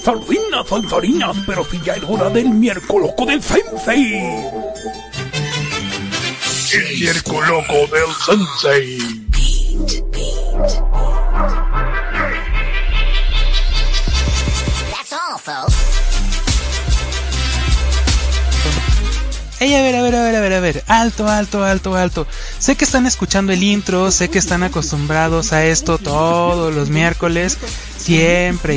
Salsarinas, pero si ya es hora del miércoles loco del Sensei. El miércoles loco del Sensei. That's all, folks. Ey, a ver, alto. Sé que están escuchando el intro, sé que están acostumbrados a esto todos los miércoles, siempre,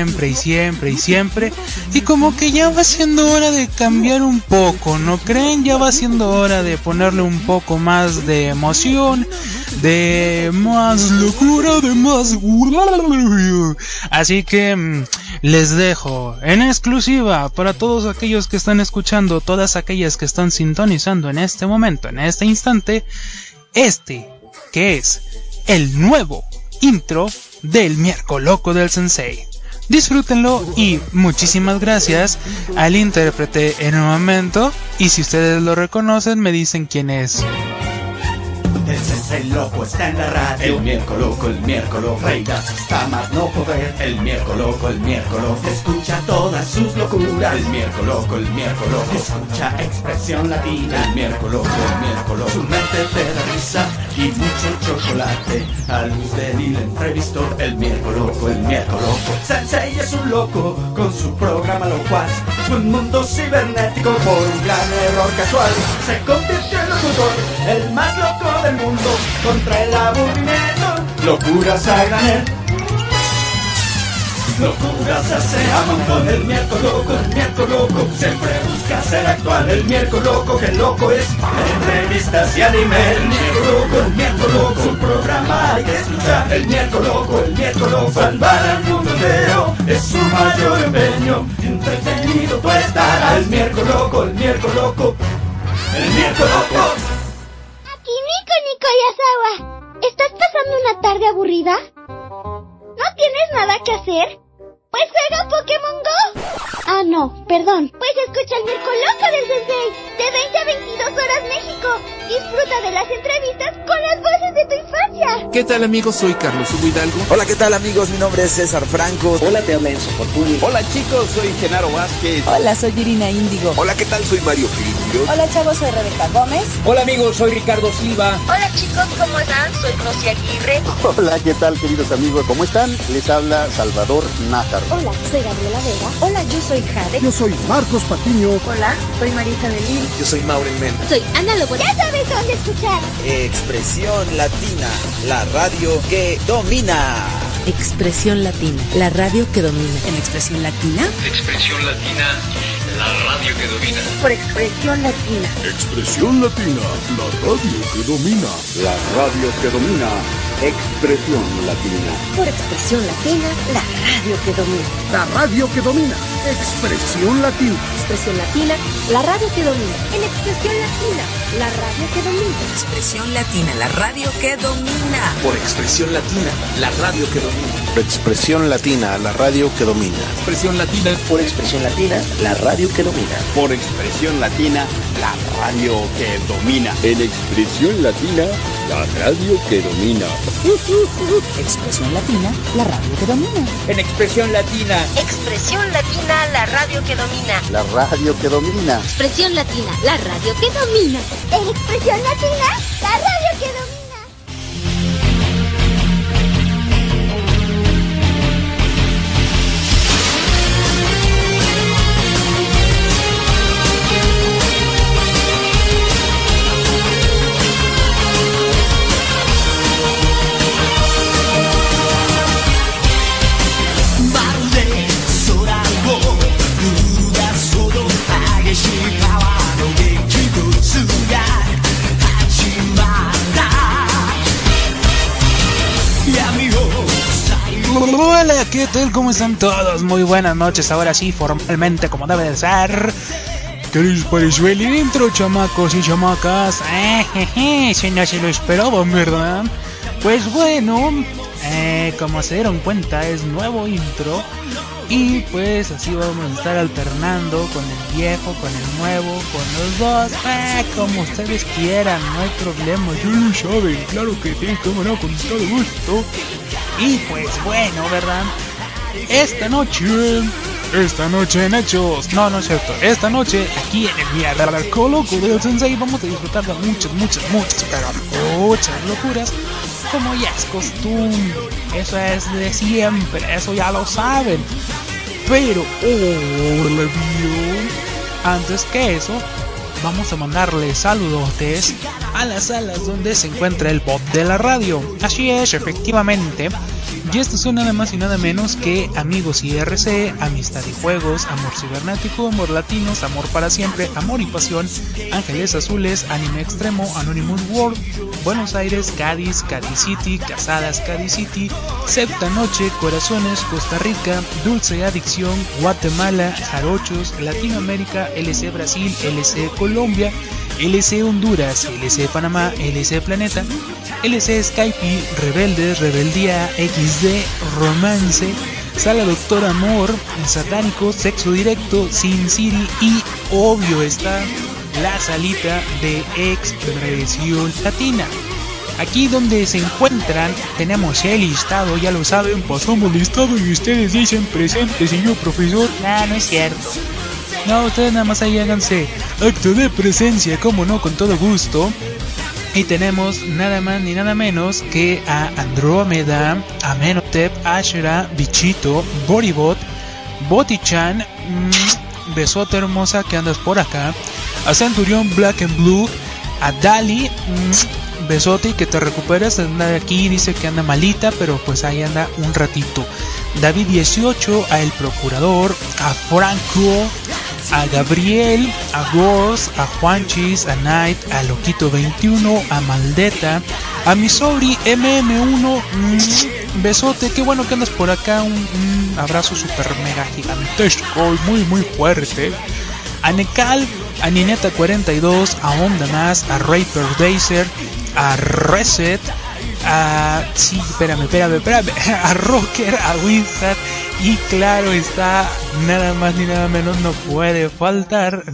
y como que ya va siendo hora de cambiar un poco, ¿no creen? Ya va siendo hora de ponerle un poco más de emoción, de más locura, de más... Así que les dejo en exclusiva para todos aquellos que están escuchando, todas aquellas que están sintonizando en este momento, en este instante, que es el nuevo intro del miércoles loco del Sensei. Disfrútenlo y muchísimas gracias al intérprete en un momento, y si ustedes lo reconocen me dicen quién es. El Sensei loco está en la radio. El miércoles loco, reinas hasta más no poder. El miércoles loco, escucha todas sus locuras. El miércoles loco, escucha expresión latina. El miércoles loco, su mente te da risa y mucho chocolate. A luz de él entrevistó. El miércoles loco, Sensei es un loco con su programa locuaz. Fue un mundo cibernético por un gran error casual. Se convirtió en locutor, el más loco del mundo, contra el aburrimiento. Locuras a granel, locuras hace a montón. El miércoles loco, siempre busca ser actual. El miércoles loco, que loco es, entrevistas y anime. El miércoles loco, su programa hay que escuchar. El miércoles loco, salvar al mundo entero es su mayor empeño. Entretenido tú estarás. El miércoles loco, el miércoles loco. Aquí Nico Yasawa. ¿Estás pasando una tarde aburrida? ¿No tienes nada que hacer? Pues juega Pokémon Go. Ah, no, perdón. Pues escucha el miércoles loco del Sensei, de 20 a 22 horas México. Disfruta de las entrevistas con las voces de tu infancia. ¿Qué tal, amigos? Soy Carlos Hugo Hidalgo. Hola, ¿qué tal, amigos? Mi nombre es César Franco. Hola, te habla Enzo Fortuny. Hola, chicos, soy Genaro Vázquez. Hola, soy Irina Índigo. Hola, ¿qué tal? Soy Mario Filio. Hola, chavos, soy Rebeca Gómez. Hola, amigos, soy Ricardo Silva. Hola, chicos, ¿cómo están? Soy Rosy Aguirre. Hola, ¿qué tal, queridos amigos? ¿Cómo están? Les habla Salvador Nájaro. Hola, soy Gabriela Vega. Hola, yo soy Jade. Yo soy Marcos Patiño. Hola, soy Marisa Delil. Yo soy Maureen Men. Soy Ana Lobo. Ya sabes dónde escuchar. Expresión Latina, la radio que domina. Expresión Latina, la radio que domina. ¿En Expresión Latina? Expresión Latina, la radio que domina. Por Expresión Latina. Expresión Latina, la radio que domina. La radio que domina. Expresión Latina. Por Expresión Latina, la radio que domina. La radio que domina. Expresión Latina. Expresión Latina, la radio que domina. En Expresión Latina, la radio que domina. Expresión Latina, la radio que domina. Por Expresión Latina, la radio que domina. Expresión Latina, la radio que domina. Expresión Latina. Por Expresión Latina, la radio que domina. Por Expresión Latina, la radio que domina. En Expresión Latina, la radio que domina. Expresión Latina, la radio que domina. En Expresión Latina. Expresión Latina, la radio que domina. La radio que domina. Expresión Latina, la radio que domina. En Expresión Latina, la radio que domina. Hola, ¿qué tal? ¿Cómo están todos? Muy buenas noches, ahora sí, formalmente como debe de ser. ¿Qué les pareció el intro, chamacos y chamacas? Si no se lo esperaban, ¿verdad? Pues bueno, como se dieron cuenta, es nuevo intro. Y pues así vamos a estar alternando con el viejo, con el nuevo, con los dos, como ustedes quieran, no hay problema, ya lo saben, claro que sí, cómo no, con todo gusto. Y pues bueno, ¿verdad? esta noche en Hechos, no es cierto, esta noche aquí en el Miércoles del Sensei vamos a disfrutar de muchas, pero muchas locuras, como ya es costumbre. Eso es de siempre, eso ya lo saben. Pero antes que eso, vamos a mandarle saludotes a las salas donde se encuentra el bot de la radio. Así es, efectivamente. Y estos son nada más y nada menos que Amigos IRC, Amistad y Juegos, Amor Cibernético, Amor Latinos, Amor para Siempre, Amor y Pasión, Ángeles Azules, Anime Extremo, Anonymous World, Buenos Aires, Cádiz, Cádiz City, Casadas, Cádiz City, Septa Noche, Corazones, Costa Rica, Dulce Adicción, Guatemala, Jarochos, Latinoamérica, LC Brasil, LC Colombia, LC Honduras, LC Panamá, LC Planeta, LC Skype, Rebeldes, Rebeldía, XD, Romance, Sala Doctor Amor, Satánico, Sexo Directo, Sin City y obvio está la salita de Expresión Latina. Aquí donde se encuentran tenemos el listado, ya lo saben, pasamos listado y ustedes dicen presentes y yo profesor. No es cierto. No, ustedes nada más ahí háganse acto de presencia, como no, con todo gusto. Y tenemos nada más ni nada menos que a Andrómeda, Amenhotep, Ashera, Bichito, Boribot, Botichan, besote hermosa que andas por acá, a Centurión Black and Blue, a Dali, besote y que te recuperes, anda aquí, dice que anda malita, pero pues ahí anda un ratito. David 18, a El Procurador, a Franco, a Gabriel, a Gors, a Juanchis, a Night, a Loquito 21, a Maldeta, a Missouri MM1, besote, qué bueno que andas por acá, un abrazo super mega gigantesco y muy fuerte. A Necal, a Nineta 42, a Onda Más, a Raper Dazer, a Reset, a... sí, espérame, a Rocker, a Winston, y claro está, nada más ni nada menos, no puede faltar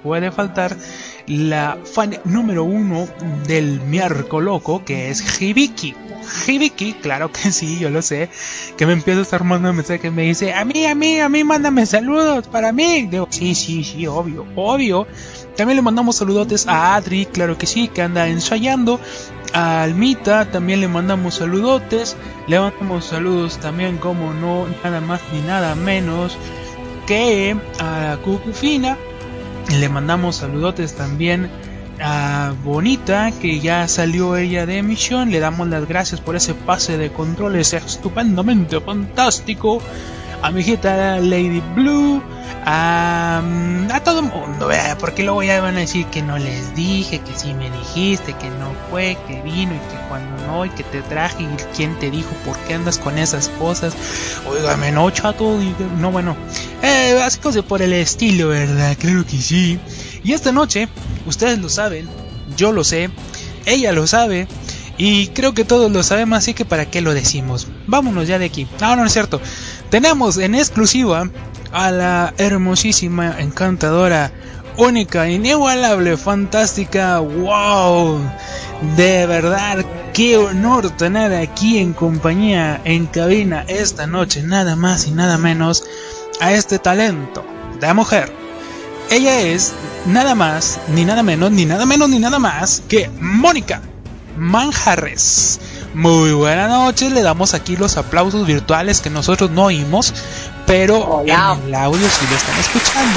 la fan número 1 del Miércoles Loco, que es Hibiki, claro que sí, yo lo sé, que me empieza a estar mandando mensajes que me dice, a mí, mándame saludos para mí. Digo, sí, obvio. También le mandamos saludotes a Adri, claro que sí, que anda ensayando. A Almita también le mandamos saludotes. Le mandamos saludos también, como no, nada más ni nada menos que a Cucufina. Le mandamos saludotes también a Bonita, que ya salió ella de emisión. Le damos las gracias por ese pase de controles estupendamente fantástico. A mi hijita Lady Blue, a todo el mundo, porque luego ya van a decir que no les dije, que sí me dijiste, que no fue, que vino y que cuando no, y que te traje, y quién te dijo, por qué andas con esas cosas, óigame, no, chato, y no, bueno, así cosas por el estilo, ¿verdad? Claro que sí. Y esta noche, ustedes lo saben, yo lo sé, ella lo sabe, y creo que todos lo sabemos, así que para qué lo decimos. Vámonos ya de aquí. No es cierto. Tenemos en exclusiva a la hermosísima, encantadora, única, inigualable, fantástica, wow, de verdad, qué honor tener aquí en compañía, en cabina, esta noche, nada más y nada menos, a este talento de mujer. Ella es nada más, ni nada menos, ni nada menos, ni nada más que Mónica Manjarres. Muy buenas noches, le damos aquí los aplausos virtuales que nosotros no oímos, pero hola, en el audio sí lo están escuchando.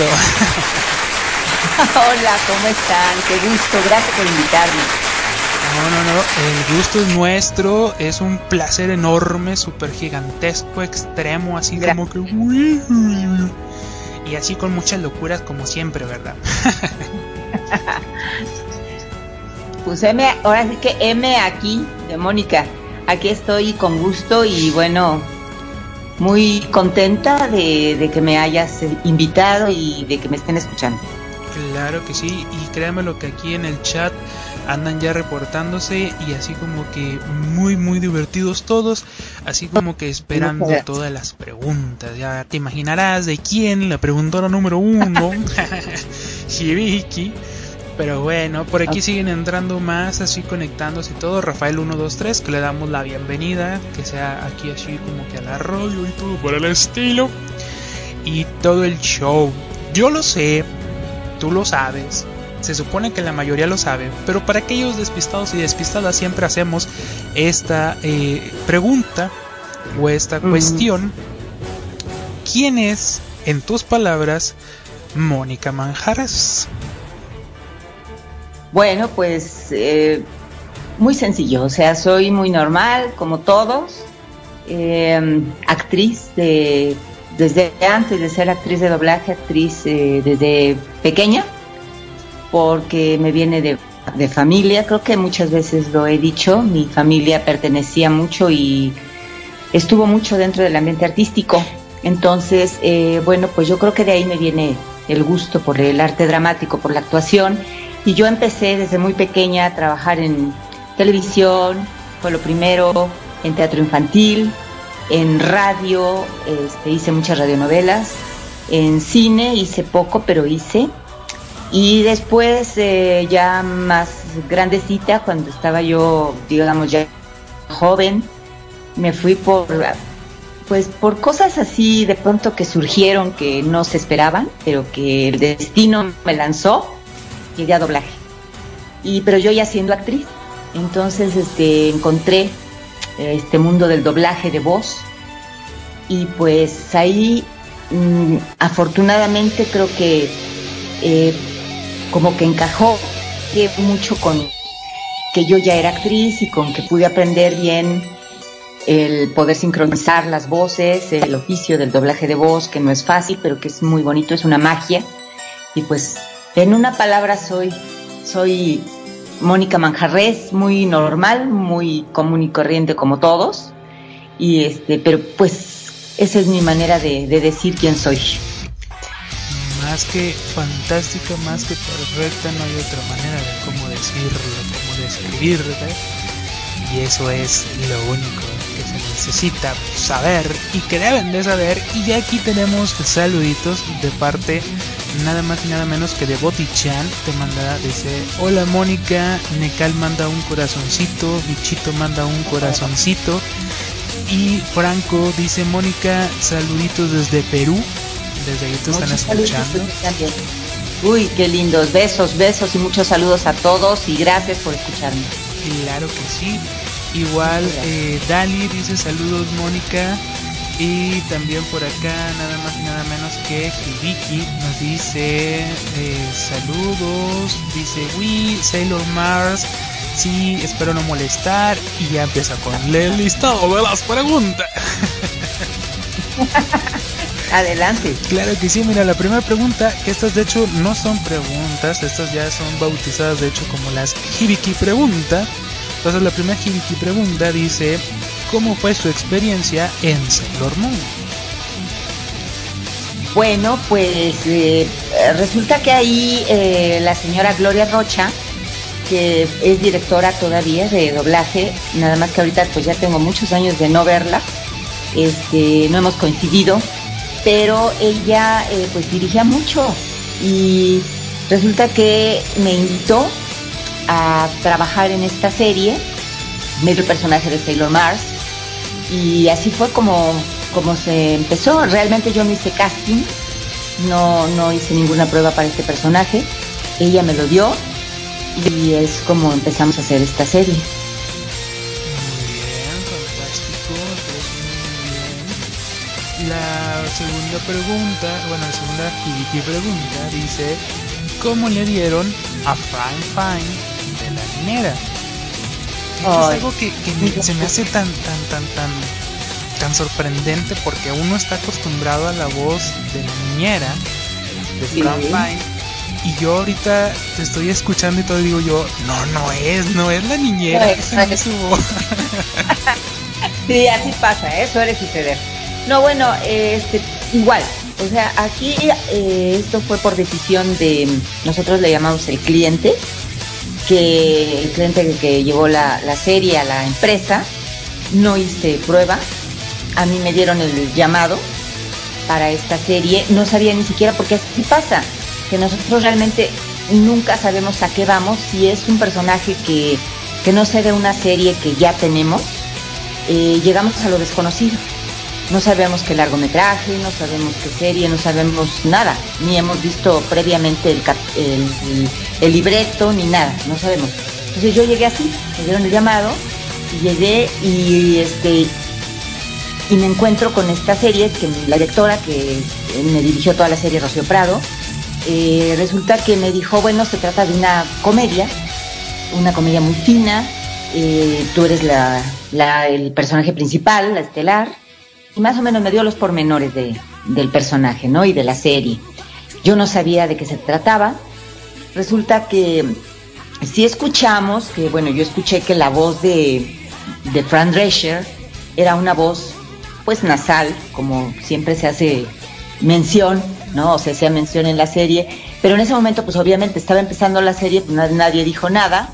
Hola, ¿cómo están? Qué gusto, gracias por invitarme. No, el gusto es nuestro, es un placer enorme, súper gigantesco, extremo, así como que... Y así con muchas locuras como siempre, ¿verdad? Pues ahora sí que M aquí, de Mónica. Aquí estoy con gusto y bueno, muy contenta de que me hayas invitado y de que me estén escuchando. Claro que sí, y créanme lo que aquí en el chat andan ya reportándose y así como que muy divertidos todos, así como que esperando todas las preguntas. Ya te imaginarás de quién, la preguntadora número 1, Hibiki. Pero bueno, por aquí siguen entrando más, así conectándose y todo. Rafael 123, que le damos la bienvenida, que sea aquí así como que a la radio y todo por el estilo. Y todo el show. Yo lo sé, tú lo sabes, se supone que la mayoría lo sabe, pero para aquellos despistados y despistadas siempre hacemos esta pregunta o esta cuestión. ¿Quién es, en tus palabras, Mónica Manjarres? Bueno, pues muy sencillo, o sea, soy muy normal, como todos, actriz desde antes de ser actriz de doblaje, actriz desde pequeña, porque me viene de familia, creo que muchas veces lo he dicho, mi familia pertenecía mucho y estuvo mucho dentro del ambiente artístico, entonces, bueno, pues yo creo que de ahí me viene el gusto por el arte dramático, por la actuación. Y yo empecé desde muy pequeña a trabajar en televisión, fue lo primero, en teatro infantil, en radio, hice muchas radionovelas, en cine hice poco, pero hice. Y después, ya más grandecita, cuando estaba yo, digamos, ya joven, me fui por cosas así de pronto que surgieron, que no se esperaban, pero que el destino me lanzó. Llegué a doblaje, pero yo ya siendo actriz, entonces encontré este mundo del doblaje de voz y pues ahí afortunadamente creo que como que encajó mucho con que yo ya era actriz y con que pude aprender bien el poder sincronizar las voces, el oficio del doblaje de voz, que no es fácil, pero que es muy bonito, es una magia. Y pues en una palabra soy Mónica Manjarres, muy normal, muy común y corriente como todos, y pero pues esa es mi manera de decir quién soy. Más que fantástica, más que perfecta, no hay otra manera de cómo decirlo, cómo describirla, y eso es lo único que se necesita saber y que deben de saber. Y ya aquí tenemos saluditos de parte nada más y nada menos que de Boti-chan. Te manda, dice: hola Mónica, Necal manda un corazoncito, Bichito manda un corazoncito, y Franco dice: Mónica, saluditos desde Perú. Desde ahí te están escuchando. Uy, qué lindos, besos y muchos saludos a todos y gracias por escucharme. Claro que sí. Igual Dali dice: saludos Mónica. Y también por acá nada más y nada menos que Hibiki nos dice saludos, dice: oui, Sailor Mars, sí, espero no molestar. Y ya empieza con el listado de las preguntas. Adelante. Claro que sí, mira, la primera pregunta, que estas de hecho no son preguntas, estas ya son bautizadas de hecho como las Hibiki pregunta. Entonces la primera Hibiki pregunta dice: ¿cómo fue su experiencia en Sailor Moon? Bueno, pues resulta que ahí la señora Gloria Rocha, que es directora todavía de doblaje, nada más que ahorita pues ya tengo muchos años de no verla, no hemos coincidido, pero ella pues dirigía mucho y resulta que me invitó a trabajar en esta serie, medio personaje de Sailor Mars, y así fue como se empezó. Realmente yo no hice casting, no hice ninguna prueba para este personaje, ella me lo dio y es como empezamos a hacer esta serie. Muy bien, fantástico, pues muy bien. La segunda pregunta, la segunda Hibiki pregunta dice: ¿cómo le dieron a Fine Fine de la niñera? Es algo que se me hace tan sorprendente, porque uno está acostumbrado a la voz de la niñera de Fran Fine, y yo ahorita te estoy escuchando y todo, digo yo, no es la niñera, esa no es su voz. Sí, así pasa, suele suceder. No, bueno, igual, o sea, aquí esto fue por decisión de, nosotros le llamamos el cliente, que el cliente que llevó la serie a la empresa. No hice prueba, a mí me dieron el llamado para esta serie, no sabía ni siquiera, porque así pasa, que nosotros realmente nunca sabemos a qué vamos, si es un personaje que no sea de una serie que ya tenemos, llegamos a lo desconocido. No sabemos qué largometraje, no sabemos qué serie, no sabemos nada, ni hemos visto previamente el libreto, ni nada, no sabemos. Entonces yo llegué así, me dieron el llamado, y llegué y me encuentro con esta serie, que la directora que me dirigió toda la serie, Rocío Prado, resulta que me dijo, bueno, se trata de una comedia muy fina, tú eres el personaje principal, la estelar, y más o menos me dio los pormenores del personaje, ¿no? Y de la serie. Yo no sabía de qué se trataba. Resulta que sí escuchamos, que bueno, yo escuché que la voz de Fran Drescher era una voz pues nasal, como siempre se hace mención, ¿no? O sea, se hace mención en la serie, pero en ese momento pues obviamente estaba empezando la serie, pues nadie dijo nada,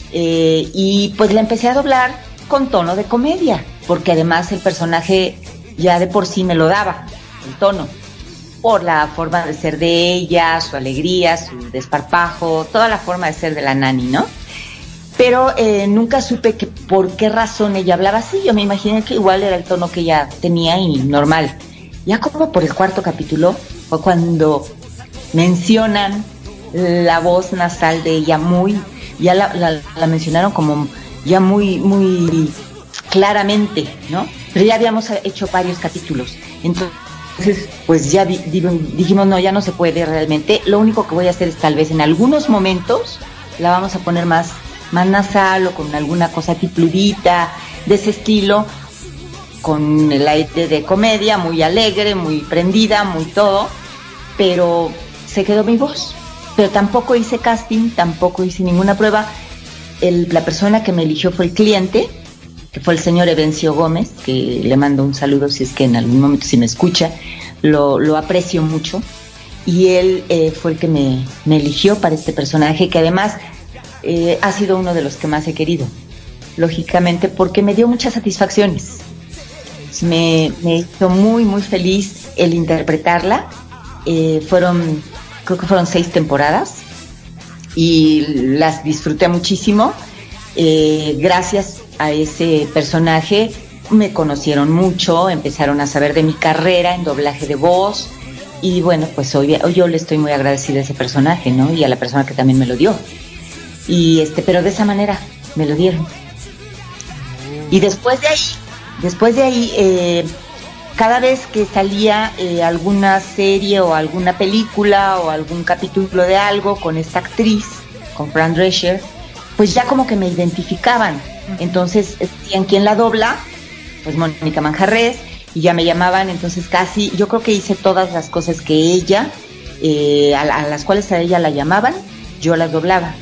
y pues la empecé a doblar con tono de comedia, porque además el personaje ya de por sí me lo daba, el tono, por la forma de ser de ella, su alegría, su desparpajo, toda la forma de ser de la nani, ¿no? Pero nunca supe que por qué razón ella hablaba así. Yo me imaginé que igual era el tono que ella tenía y normal. Ya como por el 4º capítulo fue cuando mencionan la voz nasal de ella ya la mencionaron como ya muy claramente, ¿no? Pero ya habíamos hecho varios capítulos. Entonces, pues ya dijimos, no, ya no se puede realmente. Lo único que voy a hacer es tal vez en algunos momentos la vamos a poner más nasal o con alguna cosa tipludita de ese estilo, con el aire de comedia, muy alegre, muy prendida, muy todo, pero se quedó mi voz. Pero tampoco hice casting, tampoco hice ninguna prueba. La persona que me eligió fue el cliente, que fue el señor Evencio Gómez, que le mando un saludo si es que en algún momento si me escucha, lo aprecio mucho, y él fue el que me eligió para este personaje, que además ha sido uno de los que más he querido, lógicamente, porque me dio muchas satisfacciones. Me hizo muy feliz el interpretarla. Creo que fueron 6 temporadas y las disfruté muchísimo. Gracias a ese personaje me conocieron mucho, empezaron a saber de mi carrera en doblaje de voz, y bueno, pues hoy yo le estoy muy agradecida a ese personaje, ¿no? Y a la persona que también me lo dio. Y pero de esa manera me lo dieron. Y después de ahí, cada vez que salía alguna serie o alguna película o algún capítulo de algo con esta actriz, con Fran Drescher, pues ya como que me identificaban. Entonces decían, ¿quién la dobla? Pues Mónica Manjarrés, y ya me llamaban. Entonces casi, yo creo que hice todas las cosas que ella, a las cuales a ella la llamaban, yo las doblaba.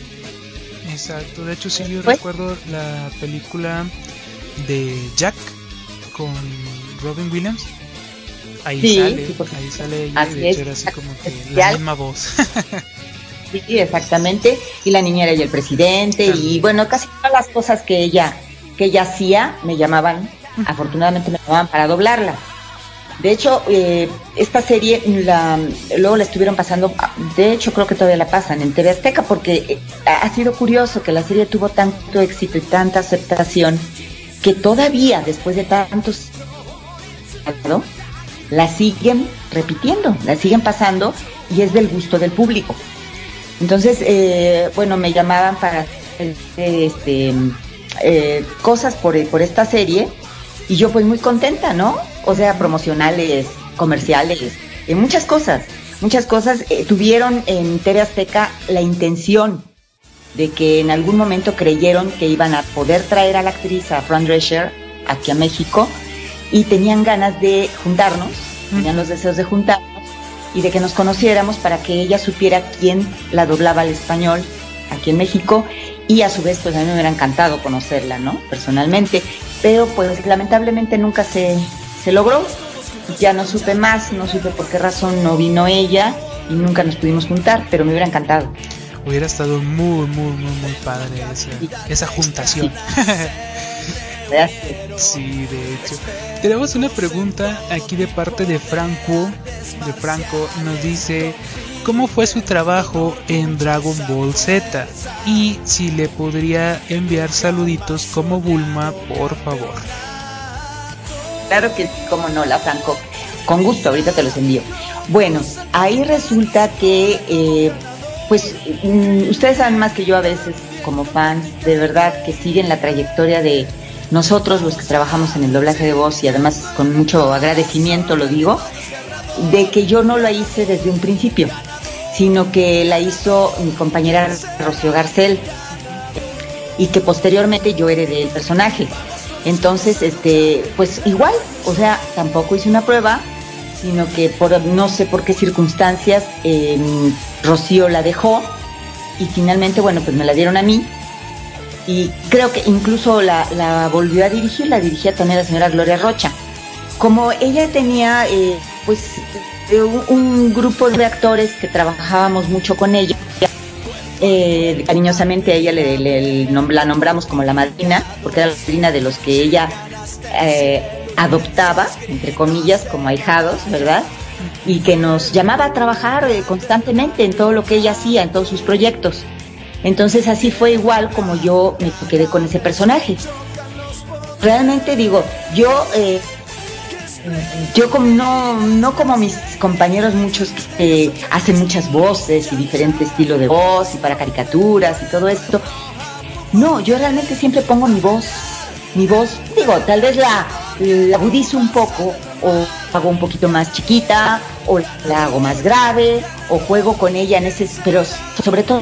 Exacto, de hecho sí, yo recuerdo la película de Jack con Robin Williams. Ahí sale ella, y de hecho era así como que la misma voz. Sí, exactamente, y la niñera y el presidente, también. Y bueno, casi todas las cosas que ella hacía me llamaban, afortunadamente me llamaban para doblarla. De hecho, esta serie luego la estuvieron pasando, de hecho creo que todavía la pasan en TV Azteca, porque ha sido curioso que la serie tuvo tanto éxito y tanta aceptación que todavía después de tantos, ¿no?, la siguen repitiendo, la siguen pasando, y es del gusto del público. Entonces, bueno, me llamaban para hacer cosas por esta serie, y yo pues muy contenta, ¿no? O sea, promocionales, comerciales, muchas cosas. Tuvieron en TV Azteca la intención de que en algún momento creyeron que iban a poder traer a la actriz, a Fran Drescher, aquí a México, y tenían ganas de juntarnos, tenían los deseos de juntarnos y de que nos conociéramos para que ella supiera quién la doblaba al español aquí en México, y a su vez pues a mí me hubiera encantado conocerla, ¿no?, personalmente, pero pues lamentablemente nunca se logró. Ya no supe más, no supe por qué razón no vino ella y nunca nos pudimos juntar, pero me hubiera encantado. Hubiera estado muy padre esa juntación. Sí, de hecho. Tenemos una pregunta aquí de parte de Franco. Nos dice: cómo fue su trabajo en Dragon Ball Z y si le podría enviar saluditos como Bulma, por favor. Claro que sí, cómo no, la Franco. Con gusto, ahorita te los envío. Bueno, ahí resulta que, ustedes saben más que yo a veces, como fans, de verdad que siguen la trayectoria de nosotros, los que trabajamos en el doblaje de voz, y además con mucho agradecimiento lo digo, de que yo no la hice desde un principio, sino que la hizo mi compañera Rocío Garcel, y que posteriormente yo heredé el personaje. Entonces, pues igual, o sea, tampoco hice una prueba, sino que por no sé por qué circunstancias Rocío la dejó y finalmente, bueno, pues me la dieron a mí y creo que incluso la volvió a dirigir, la dirigía también la señora Gloria Rocha. Como ella tenía un grupo de actores que trabajábamos mucho con ella, cariñosamente a ella la nombramos como la madrina, porque era la madrina de los que ella adoptaba, entre comillas, como ahijados, ¿verdad? Y que nos llamaba a trabajar constantemente en todo lo que ella hacía, en todos sus proyectos. Entonces así fue igual como yo me quedé con ese personaje. Realmente digo, yo como no como mis compañeros muchos que hacen muchas voces y diferente estilo de voz y para caricaturas y todo esto. No, yo realmente siempre pongo mi voz, digo, tal vez la agudizo un poco o hago un poquito más chiquita o la hago más grave o juego con ella en ese, pero sobre todo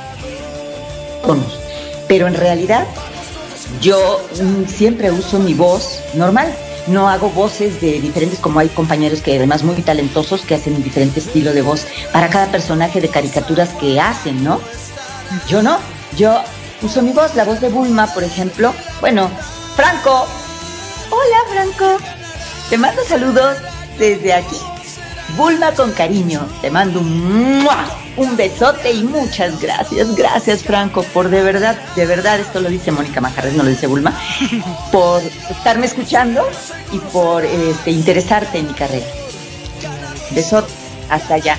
tonos. Pero en realidad yo siempre uso mi voz normal. No hago voces de diferentes, como hay compañeros que además muy talentosos que hacen un diferente estilo de voz para cada personaje de caricaturas que hacen, ¿no? Yo no, yo uso mi voz, la voz de Bulma, por ejemplo. Bueno, Franco. Hola, Franco. Te mando saludos desde aquí. Bulma con cariño. Te mando un besote y muchas gracias. Gracias, Franco, por de verdad, esto lo dice Mónica Majarres, no lo dice Bulma, por estarme escuchando y por interesarte en mi carrera. Besote, hasta allá.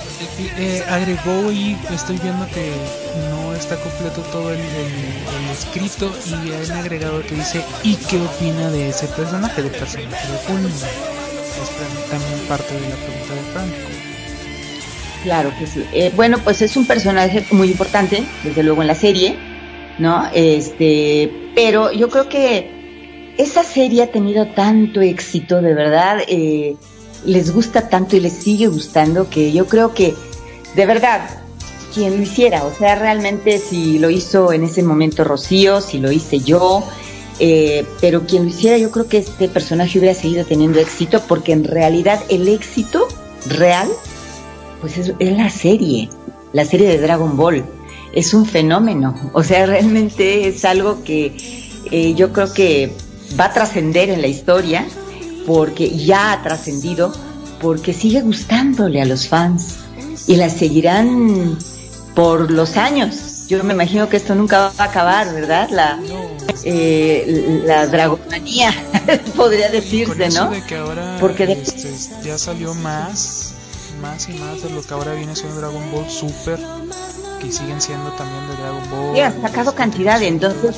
Agregó y estoy viendo que no está completo todo el escrito y han agregado que dice ¿y qué opina de ese personaje, del personaje de Bulma? Es también parte de la pregunta de Franco. Claro que sí. Bueno, pues es un personaje muy importante, desde luego en la serie, ¿no? Pero yo creo que esa serie ha tenido tanto éxito, de verdad, les gusta tanto y les sigue gustando, que yo creo que, de verdad, quien lo hiciera, o sea, realmente si lo hizo en ese momento Rocío, si lo hice yo, pero quien lo hiciera, yo creo que este personaje hubiera seguido teniendo éxito, porque en realidad el éxito real pues es la serie de Dragon Ball. Es un fenómeno, o sea, realmente es algo que yo creo que va a trascender en la historia, porque ya ha trascendido, porque sigue gustándole a los fans y la seguirán por los años. Yo me imagino que esto nunca va a acabar, ¿verdad? La dragomanía, podría decirse, ¿no? De que ahora porque ya salió más y más de lo que ahora viene siendo Dragon Ball Super, que siguen siendo también de Dragon Ball. Sí, ha sacado cantidad, entonces.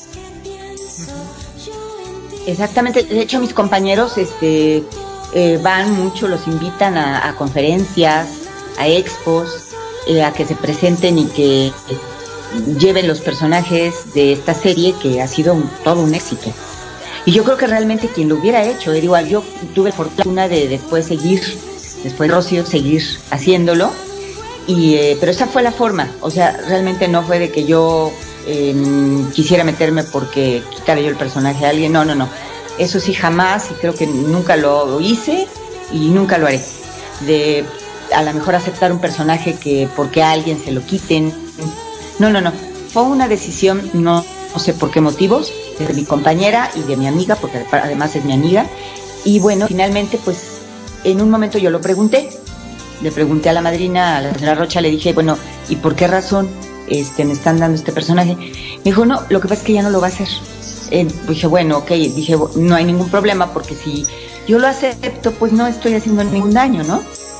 Exactamente, de hecho mis compañeros van mucho, los invitan a conferencias, a expos, a que se presenten y que lleven los personajes de esta serie, que ha sido todo un éxito. Y yo creo que realmente quien lo hubiera hecho era igual. Yo tuve la fortuna de después de Rocío seguir haciéndolo, pero esa fue la forma. O sea, realmente no fue de que yo quisiera meterme porque quitara yo el personaje a alguien. No, eso sí jamás, y creo que nunca lo hice y nunca lo haré, de a lo mejor aceptar un personaje que porque a alguien se lo quiten. No, fue una decisión, no sé por qué motivos, de mi compañera y de mi amiga, porque además es mi amiga. Y bueno, finalmente pues en un momento yo le pregunté a la madrina, a la señora Rocha, le dije, bueno, ¿y por qué razón me están dando este personaje? Me dijo, no, lo que pasa es que ya no lo va a hacer. Dije, bueno, ok, no hay ningún problema, porque si yo lo acepto, pues no estoy haciendo ningún daño, ¿no?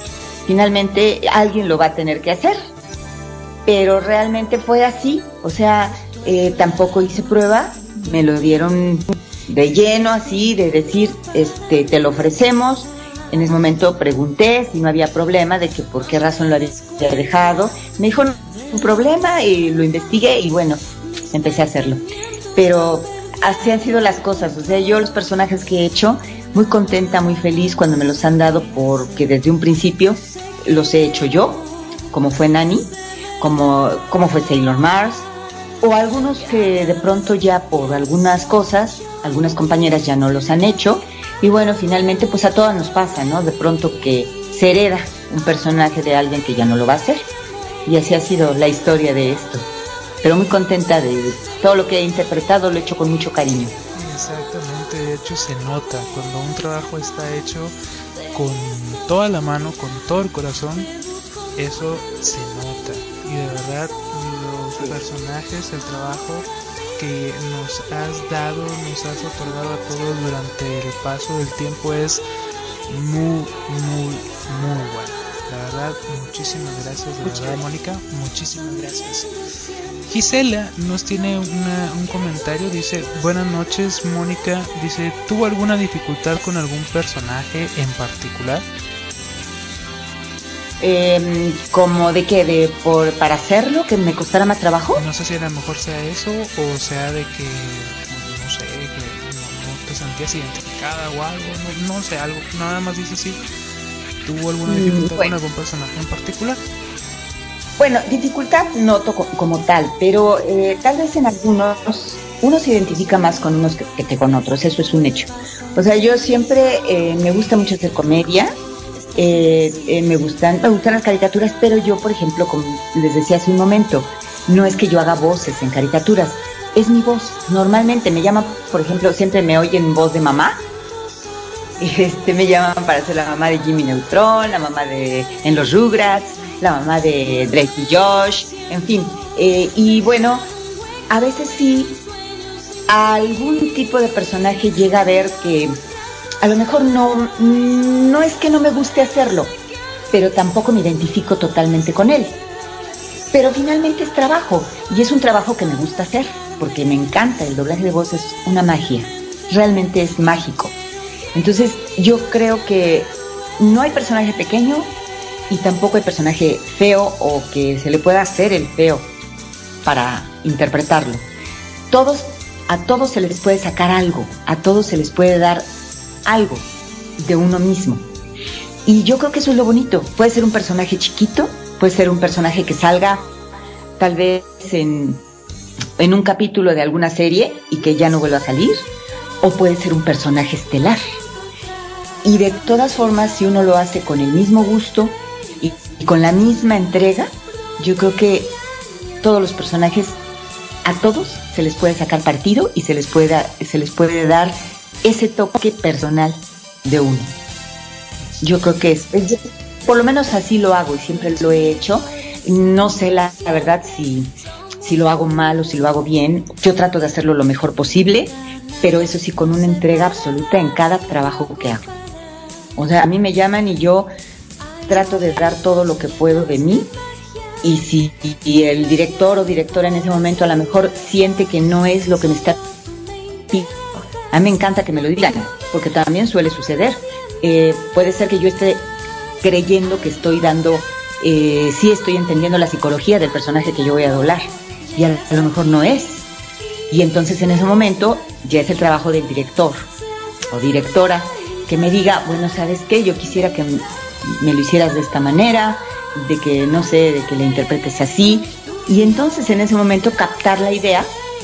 finalmente alguien lo va a tener que hacer. Pero realmente fue así, o sea, tampoco hice prueba, me lo dieron de lleno, así, de decir, te lo ofrecemos. En ese momento pregunté si no había problema, de que por qué razón lo había dejado. Me dijo, no, un problema, y lo investigué y bueno, empecé a hacerlo. Pero así han sido las cosas, o sea, yo los personajes que he hecho, muy contenta, muy feliz cuando me los han dado, porque desde un principio los he hecho yo, como fue Nani, como fue Sailor Mars, o algunos que de pronto ya por algunas cosas, algunas compañeras ya no los han hecho, y bueno, finalmente pues a todas nos pasa, ¿no? De pronto que se hereda un personaje de alguien que ya no lo va a hacer, y así ha sido la historia de esto. Pero muy contenta de todo lo que he interpretado, lo he hecho con mucho cariño. Exactamente, de hecho se nota cuando un trabajo está hecho con toda la mano, con todo el corazón, eso se nota. Y de verdad, los personajes, el trabajo que nos has dado, nos has otorgado a todos durante el paso del tiempo es muy bueno. La verdad, muchísimas gracias, de verdad, Mónica, muchísimas gracias. Gisela nos tiene un comentario, dice, buenas noches, Mónica, dice, ¿tuvo alguna dificultad con algún personaje en particular? ¿Como de qué? ¿Para hacerlo? ¿Que me costara más trabajo? No sé si a lo mejor sea eso, o sea de que, no sé, que no te sentías identificada o algo, no sé, algo, nada más dice así. ¿Tuvo alguna dificultad con algún personaje en particular? Bueno, dificultad no como tal, pero tal vez en algunos uno se identifica más con unos que con otros, eso es un hecho. O sea, yo siempre me gusta mucho hacer comedia, me gustan las caricaturas, pero yo, por ejemplo, como les decía hace un momento, no es que yo haga voces en caricaturas, es mi voz. Normalmente me llaman, por ejemplo, siempre me oyen voz de mamá. Me llaman para ser la mamá de Jimmy Neutron, la mamá en los Rugrats, la mamá de Drake y Josh, en fin. Y bueno, a veces sí, algún tipo de personaje llega a ver que a lo mejor no es que no me guste hacerlo, pero tampoco me identifico totalmente con él. Pero finalmente es trabajo, y es un trabajo que me gusta hacer, porque me encanta. El doblaje de voz es una magia, realmente es mágico. Entonces yo creo que no hay personaje pequeño y tampoco hay personaje feo o que se le pueda hacer el feo para interpretarlo. A todos se les puede sacar algo, a todos se les puede dar algo de uno mismo. Y yo creo que eso es lo bonito. Puede ser un personaje chiquito, puede ser un personaje que salga tal vez en un capítulo de alguna serie y que ya no vuelva a salir, o puede ser un personaje estelar. Y de todas formas, si uno lo hace con el mismo gusto y con la misma entrega, yo creo que todos los personajes, a todos se les puede sacar partido y se les puede dar ese toque personal de uno. Yo creo que por lo menos así lo hago y siempre lo he hecho. No sé la verdad si lo hago mal o si lo hago bien. Yo trato de hacerlo lo mejor posible, pero eso sí, con una entrega absoluta en cada trabajo que hago. O sea, a mí me llaman y yo trato de dar todo lo que puedo de mí, y si el director o directora en ese momento a lo mejor siente que no es lo que me está pidiendo, a mí me encanta que me lo digan, porque también suele suceder. Puede ser que yo esté creyendo que estoy dando, sí estoy entendiendo la psicología del personaje que yo voy a doblar, y a lo mejor no es. Y entonces en ese momento ya es el trabajo del director o directora que me diga, bueno, ¿sabes qué? Yo quisiera que me lo hicieras de esta manera, de que, no sé, de que la interpretes así. Y entonces en ese momento captar la idea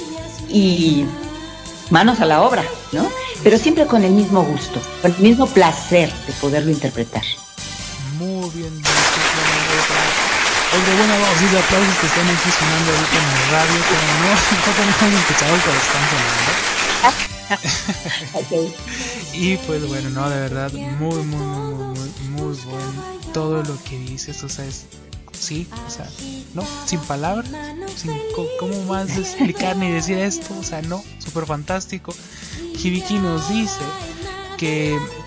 y manos a la obra, ¿no? Pero siempre con el mismo gusto, con el mismo placer de poderlo interpretar. Muy bien. Oye, bueno, vamos a decir aplausos que están aquí sonando ahorita en el radio, pero no han escuchado, pero están sonando. Okay. Y pues bueno, no, de verdad, muy bueno todo lo que dices, o sea, sí, o sea, no, sin palabras, sin cómo más explicar ni decir esto, o sea, no, súper fantástico. Hibiki nos dice que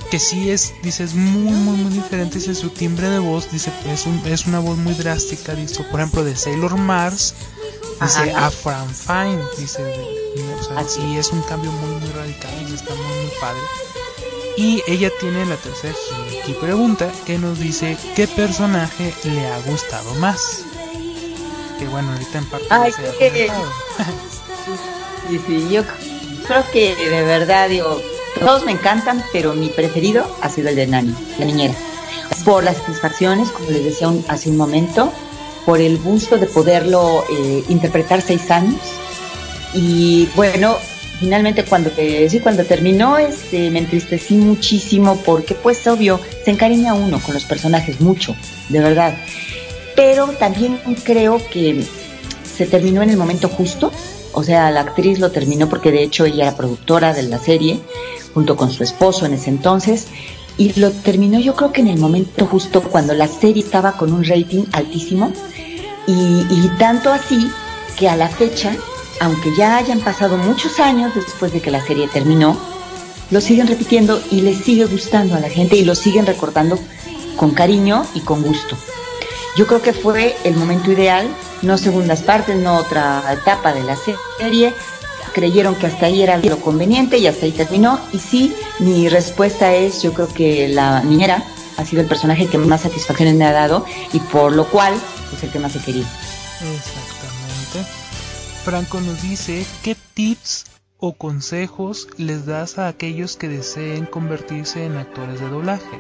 que sí es, dice, es muy diferente, dice, su timbre de voz, dice, es una voz muy drástica, dice, por ejemplo, de Sailor Mars, dice, a Fran Fine, dice, o sea, sí es un cambio muy radical, y está muy padre. Y ella tiene la tercera aquí pregunta, que nos dice, ¿qué personaje le ha gustado más? Que bueno, ahorita en parte se ha comentado. Sí, yo creo que de verdad, digo, todos me encantan, pero mi preferido ha sido el de Nani, la niñera. Por las satisfacciones, como les decía hace un momento, por el gusto de poderlo interpretar 6 años. Y bueno, finalmente cuando terminó, me entristecí muchísimo porque, pues, obvio, se encariña uno con los personajes mucho, de verdad. Pero también creo que se terminó en el momento justo. O sea, la actriz lo terminó porque de hecho ella era productora de la serie, junto con su esposo en ese entonces, y lo terminó yo creo que en el momento justo cuando la serie estaba con un rating altísimo, y tanto así que a la fecha, aunque ya hayan pasado muchos años después de que la serie terminó, lo siguen repitiendo y les sigue gustando a la gente y lo siguen recordando con cariño y con gusto. Yo creo que fue el momento ideal, no segundas partes, no otra etapa de la serie. Creyeron que hasta ahí era lo conveniente y hasta ahí terminó. Y sí, mi respuesta es, yo creo que la niñera ha sido el personaje que más satisfacciones me ha dado y por lo cual es el que más he querido. Exactamente. Franco nos dice, ¿qué tips o consejos les das a aquellos que deseen convertirse en actores de doblaje?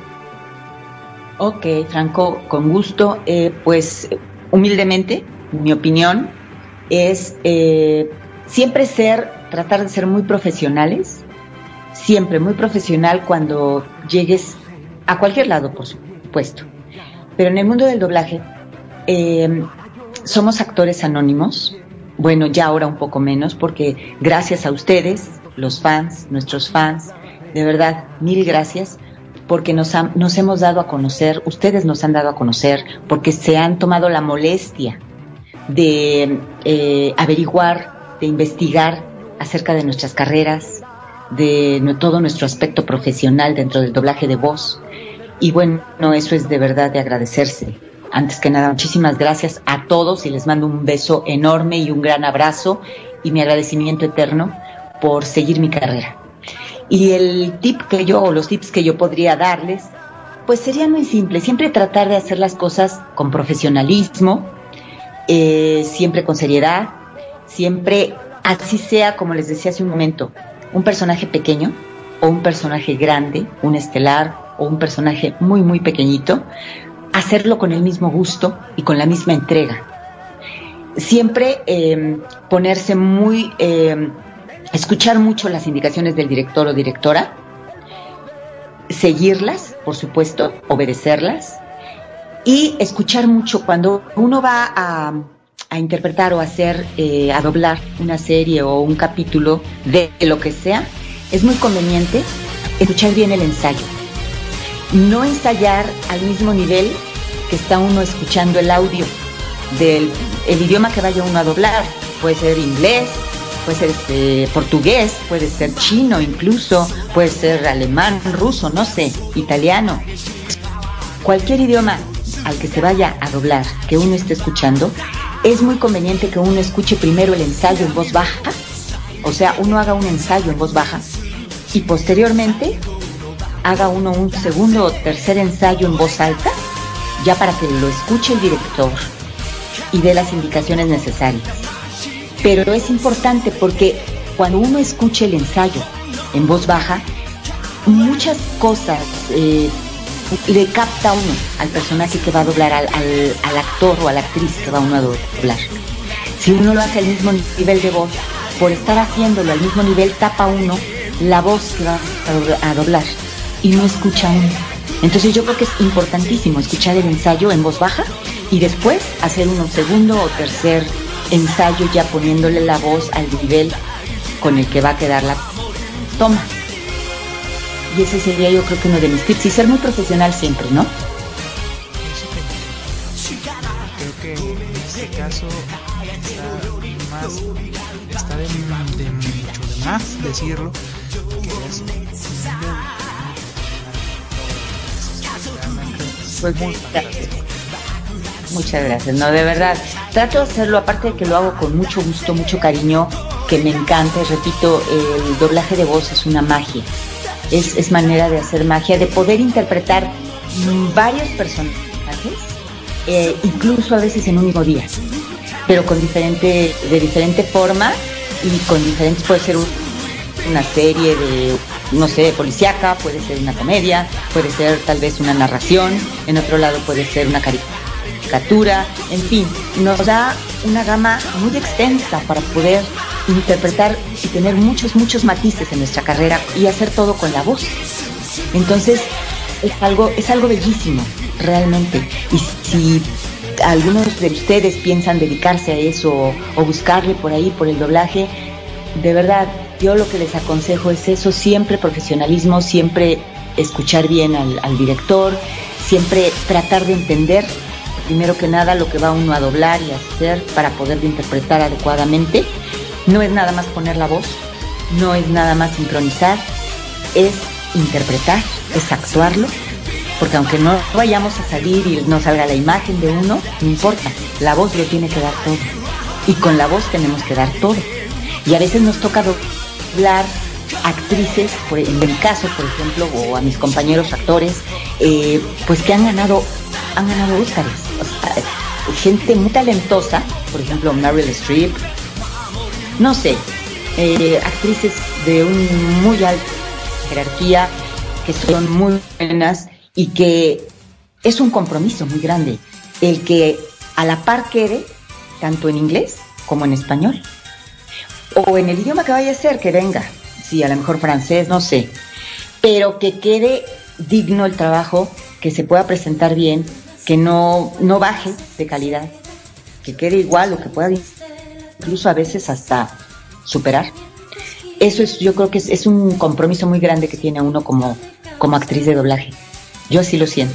Ok, Franco, con gusto. Pues humildemente, mi opinión es siempre tratar de ser muy profesionales, siempre muy profesional cuando llegues a cualquier lado, por supuesto. Pero en el mundo del doblaje somos actores anónimos, bueno, ya ahora un poco menos, porque gracias a ustedes, los fans, nuestros fans, de verdad, 1000 gracias, porque nos hemos dado a conocer, ustedes nos han dado a conocer, porque se han tomado la molestia de averiguar, de investigar acerca de nuestras carreras, de todo nuestro aspecto profesional dentro del doblaje de voz. Y bueno, eso es de verdad de agradecerse. Antes que nada, muchísimas gracias a todos y les mando un beso enorme y un gran abrazo y mi agradecimiento eterno por seguir mi carrera. Y los tips que yo podría darles, pues serían muy simples. Siempre tratar de hacer las cosas con profesionalismo, siempre con seriedad, siempre, así sea, como les decía hace un momento, un personaje pequeño o un personaje grande, un estelar o un personaje muy, muy pequeñito, hacerlo con el mismo gusto y con la misma entrega. Siempre ponerse muy... escuchar mucho las indicaciones del director o directora, seguirlas, por supuesto, obedecerlas, y escuchar mucho cuando uno va a interpretar o a doblar una serie o un capítulo de lo que sea. Es muy conveniente escuchar bien el ensayo, no ensayar al mismo nivel que está uno escuchando el audio del idioma que vaya uno a doblar. Puede ser inglés, puede ser portugués, puede ser chino incluso, puede ser alemán, ruso, no sé, italiano. Cualquier idioma al que se vaya a doblar, que uno esté escuchando, es muy conveniente que uno escuche primero el ensayo en voz baja, o sea, uno haga un ensayo en voz baja y posteriormente haga uno un segundo o tercer ensayo en voz alta, ya para que lo escuche el director y dé las indicaciones necesarias. Pero es importante porque cuando uno escuche el ensayo en voz baja, muchas cosas le capta uno al personaje que va a doblar, al actor o a la actriz que va uno a doblar. Si uno lo hace al mismo nivel de voz, por estar haciéndolo al mismo nivel, tapa uno la voz que va a doblar y no escucha uno. Entonces yo creo que es importantísimo escuchar el ensayo en voz baja y después hacer un segundo o tercer ensayo ya poniéndole la voz al nivel con el que va a quedar la toma. Y ese sería, yo creo, que uno de mis tips, y ser muy profesional siempre, ¿no? Creo que en este caso está de mucho de más decirlo, que es Pues, muy fantástico. Muchas gracias, no, de verdad. Trato de hacerlo, aparte de que lo hago con mucho gusto, mucho cariño, que me encanta, y repito, el doblaje de voz es una magia. Es manera de hacer magia, de poder interpretar varios personajes, incluso a veces en un mismo día, pero de diferente forma y con diferentes, puede ser una serie de, no sé, policíaca, puede ser una comedia, puede ser tal vez una narración, en otro lado puede ser una caricatura, en fin, nos da una gama muy extensa para poder interpretar y tener muchos matices en nuestra carrera y hacer todo con la voz. Entonces es algo bellísimo, realmente. Y si algunos de ustedes piensan dedicarse a eso o buscarle por ahí, por el doblaje, de verdad, yo lo que les aconsejo es eso, siempre profesionalismo, siempre escuchar bien al director, siempre tratar de entender, primero que nada, lo que va uno a doblar y hacer para poder interpretar adecuadamente. No es nada más poner la voz, no es nada más sincronizar, es interpretar, es actuarlo, porque aunque no vayamos a salir y no salga la imagen de uno, no importa, la voz lo tiene que dar todo, y con la voz tenemos que dar todo. Y a veces nos toca doblar actrices, en mi caso, por ejemplo, o a mis compañeros actores, pues que han ganado Óscares, o sea, gente muy talentosa, por ejemplo, Meryl Streep, no sé, actrices de un muy alta jerarquía, que son muy buenas y que es un compromiso muy grande el que a la par quede tanto en inglés como en español o en el idioma que vaya a ser, que venga, sí, a lo mejor francés, no sé, pero que quede digno el trabajo, que se pueda presentar bien, que no baje de calidad, que quede igual o que pueda incluso a veces hasta superar. Eso es, yo creo que es un compromiso muy grande que tiene uno como actriz de doblaje. Yo así lo siento.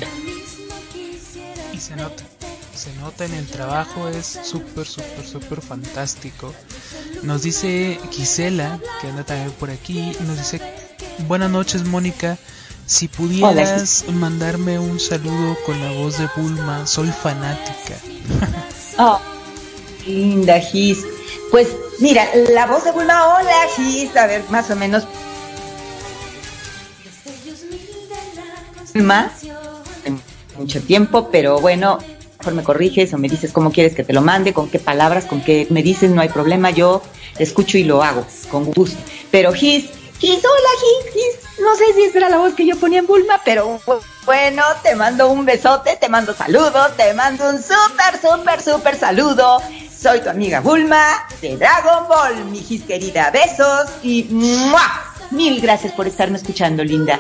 Y se nota en el trabajo, es súper fantástico. Nos dice Gisela, que anda también por aquí, nos dice: buenas noches, Mónica, si pudieras mandarme un saludo con la voz de Bulma, soy fanática. Oh, linda Gis. Pues mira, la voz de Bulma, hola Gis, a ver, más o menos. Más, mucho tiempo, pero bueno, mejor me corriges o me dices cómo quieres que te lo mande, con qué palabras, con qué me dices, no hay problema, yo escucho y lo hago, con gusto. Pero Gis, hola Gis, no sé si esa era la voz que yo ponía en Bulma, pero bueno, te mando un besote, te mando saludos, te mando un súper saludo. Soy tu amiga Bulma de Dragon Ball, mi Gis querida, besos y ¡mua! Mil gracias por estarme escuchando, linda.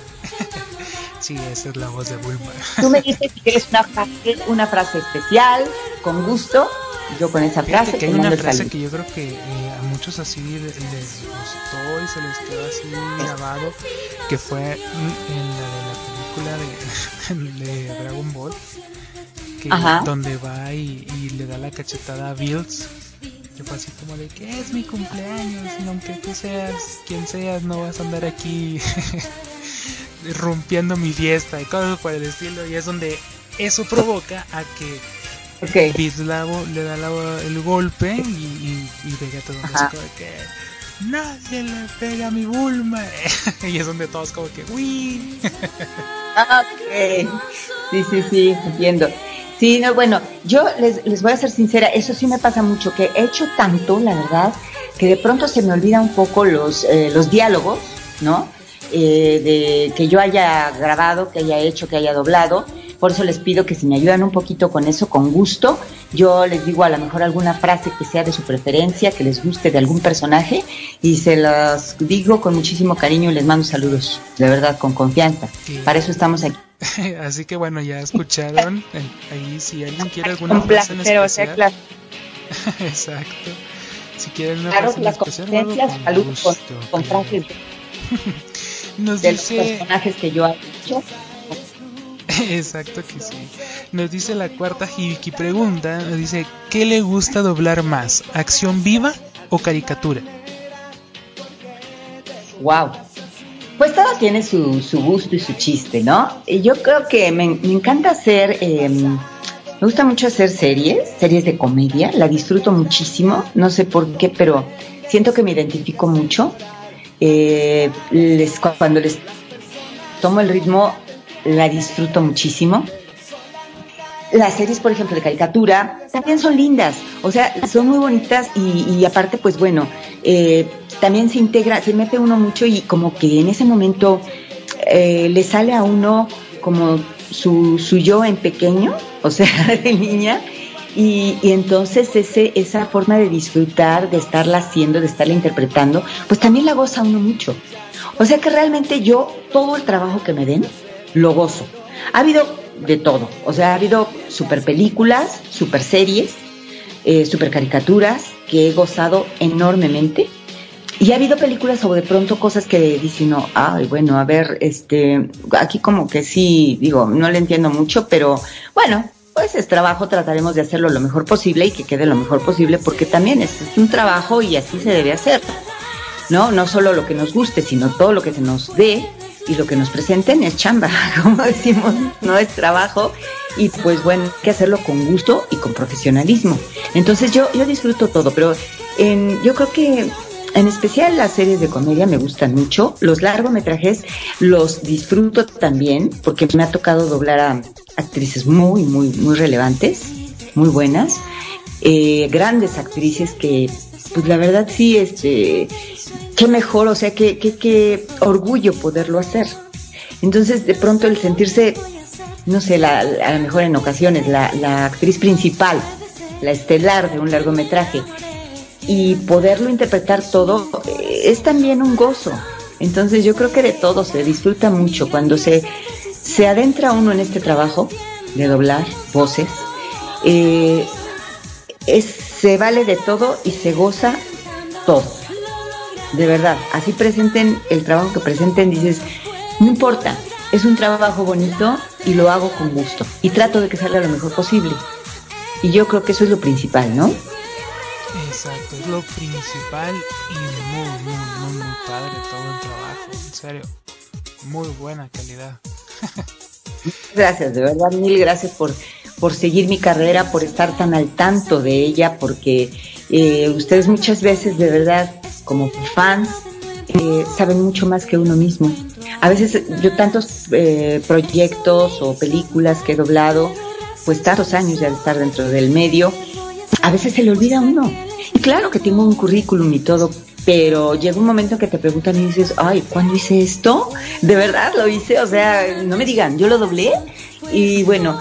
Sí, esa es la voz de Bulma. Tú me dices si quieres una frase especial, con gusto. Yo con esa frase que hay una frase que yo creo que a muchos así les gustó y se les quedó así grabado, que fue en la película de Dragon Ball, que donde va y le da la cachetada a Bills, que fue así como de que es mi cumpleaños y aunque tú seas quien seas no vas a andar aquí rompiendo mi fiesta y cosas por el estilo, y es donde eso provoca a que Bills le da el golpe y Vegeta donde es como de que nadie le pega a mi Bulma y es donde todos como que uy. Okay. Sí, entiendo. Sí, no, bueno, yo les voy a ser sincera, eso sí me pasa mucho, que he hecho tanto, la verdad, que de pronto se me olvida un poco los diálogos, ¿no? De que yo haya grabado, que haya hecho, que haya doblado. Por eso les pido que si me ayudan un poquito con eso, con gusto, yo les digo a lo mejor alguna frase que sea de su preferencia, que les guste de algún personaje, y se las digo con muchísimo cariño y les mando saludos, de verdad, con confianza. Sí. Para eso estamos aquí. Así que bueno, ya escucharon, ahí si alguien quiere alguna frase en especial. Claro. Exacto. Si quieren una frase en especial, bueno, saludos con frases nos de dice... los personajes que yo he hecho. Exacto que sí. Nos dice la cuarta Hibiki pregunta, nos dice: ¿qué le gusta doblar más? ¿Acción viva o caricatura? Wow. Pues todo tiene su gusto y su chiste, ¿no? Yo creo que me encanta hacer, me gusta mucho hacer series de comedia, la disfruto muchísimo, no sé por qué, pero siento que me identifico mucho. Cuando les tomo el ritmo, la disfruto muchísimo. Las series, por ejemplo, de caricatura, también son lindas, o sea, son muy bonitas y aparte, pues bueno, también se mete uno mucho y como que en ese momento le sale a uno como su yo en pequeño, o sea, de niña, y entonces esa forma de disfrutar, de estarla haciendo, de estarla interpretando, pues también la goza uno mucho. O sea que realmente yo, todo el trabajo que me den, lo gozo. Ha habido de todo, o sea, ha habido super películas, super series, super caricaturas que he gozado enormemente, y ha habido películas o de pronto cosas que dice uno, ay, bueno, a ver, aquí como que sí, digo, no le entiendo mucho, pero bueno, pues es trabajo, trataremos de hacerlo lo mejor posible y que quede lo mejor posible, porque también es un trabajo y así se debe hacer, ¿no? No solo lo que nos guste, sino todo lo que se nos dé. Y lo que nos presenten es chamba, como decimos, no es trabajo. Y pues bueno, hay que hacerlo con gusto y con profesionalismo. Entonces yo disfruto todo, pero yo creo que en especial las series de comedia me gustan mucho. Los largometrajes los disfruto también, porque me ha tocado doblar a actrices muy, muy, muy relevantes, muy buenas. Grandes actrices que, pues la verdad sí, qué mejor, o sea, qué orgullo poderlo hacer. Entonces, de pronto el sentirse, no sé, a lo mejor en ocasiones, la actriz principal, la estelar de un largometraje, y poderlo interpretar todo, es también un gozo. Entonces, yo creo que de todo se disfruta mucho cuando se adentra uno en este trabajo de doblar voces. Se vale de todo y se goza todo. De verdad, así presenten el trabajo que presenten, dices, no importa, es un trabajo bonito y lo hago con gusto y trato de que salga lo mejor posible. Y yo creo que eso es lo principal, ¿no? Exacto, es lo principal y muy padre todo el trabajo, en serio, muy buena calidad. Gracias, de verdad, mil gracias por seguir mi carrera, por estar tan al tanto de ella, porque ustedes muchas veces, de verdad, como fans, saben mucho más que uno mismo. A veces yo tantos proyectos o películas que he doblado, pues tantos años ya de estar dentro del medio, a veces se le olvida a uno. Y claro que tengo un currículum y todo, pero llega un momento que te preguntan y dices, ay, ¿cuándo hice esto? ¿De verdad lo hice? O sea, no me digan, yo lo doblé. Y bueno,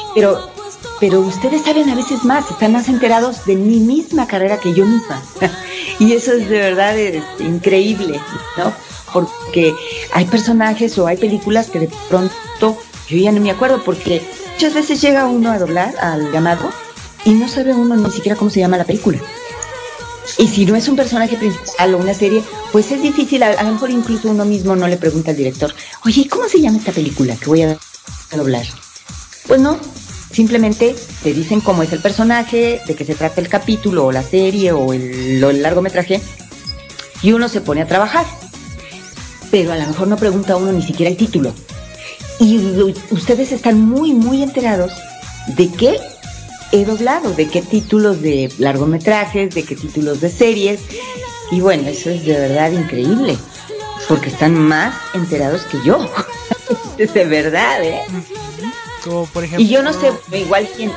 pero ustedes saben a veces más, están más enterados de mi misma carrera que yo misma. Y eso es de verdad increíble, ¿no? Porque hay personajes o hay películas que de pronto yo ya no me acuerdo, porque muchas veces llega uno a doblar al llamado y no sabe uno ni siquiera cómo se llama la película. Y si no es un personaje principal o una serie, pues es difícil, a lo mejor incluso uno mismo no le pregunta al director, oye, ¿cómo se llama esta película que voy a doblar? Pues no, simplemente te dicen cómo es el personaje, de qué se trata el capítulo o la serie o el largometraje, y uno se pone a trabajar. Pero a lo mejor no pregunta a uno ni siquiera el título. Y ustedes están muy, muy enterados de qué he doblado, de qué títulos de largometrajes, de qué títulos de series. Y bueno, eso es de verdad increíble, porque están más enterados que yo. De verdad, ¿eh? Como por ejemplo... Y yo no sé, igual que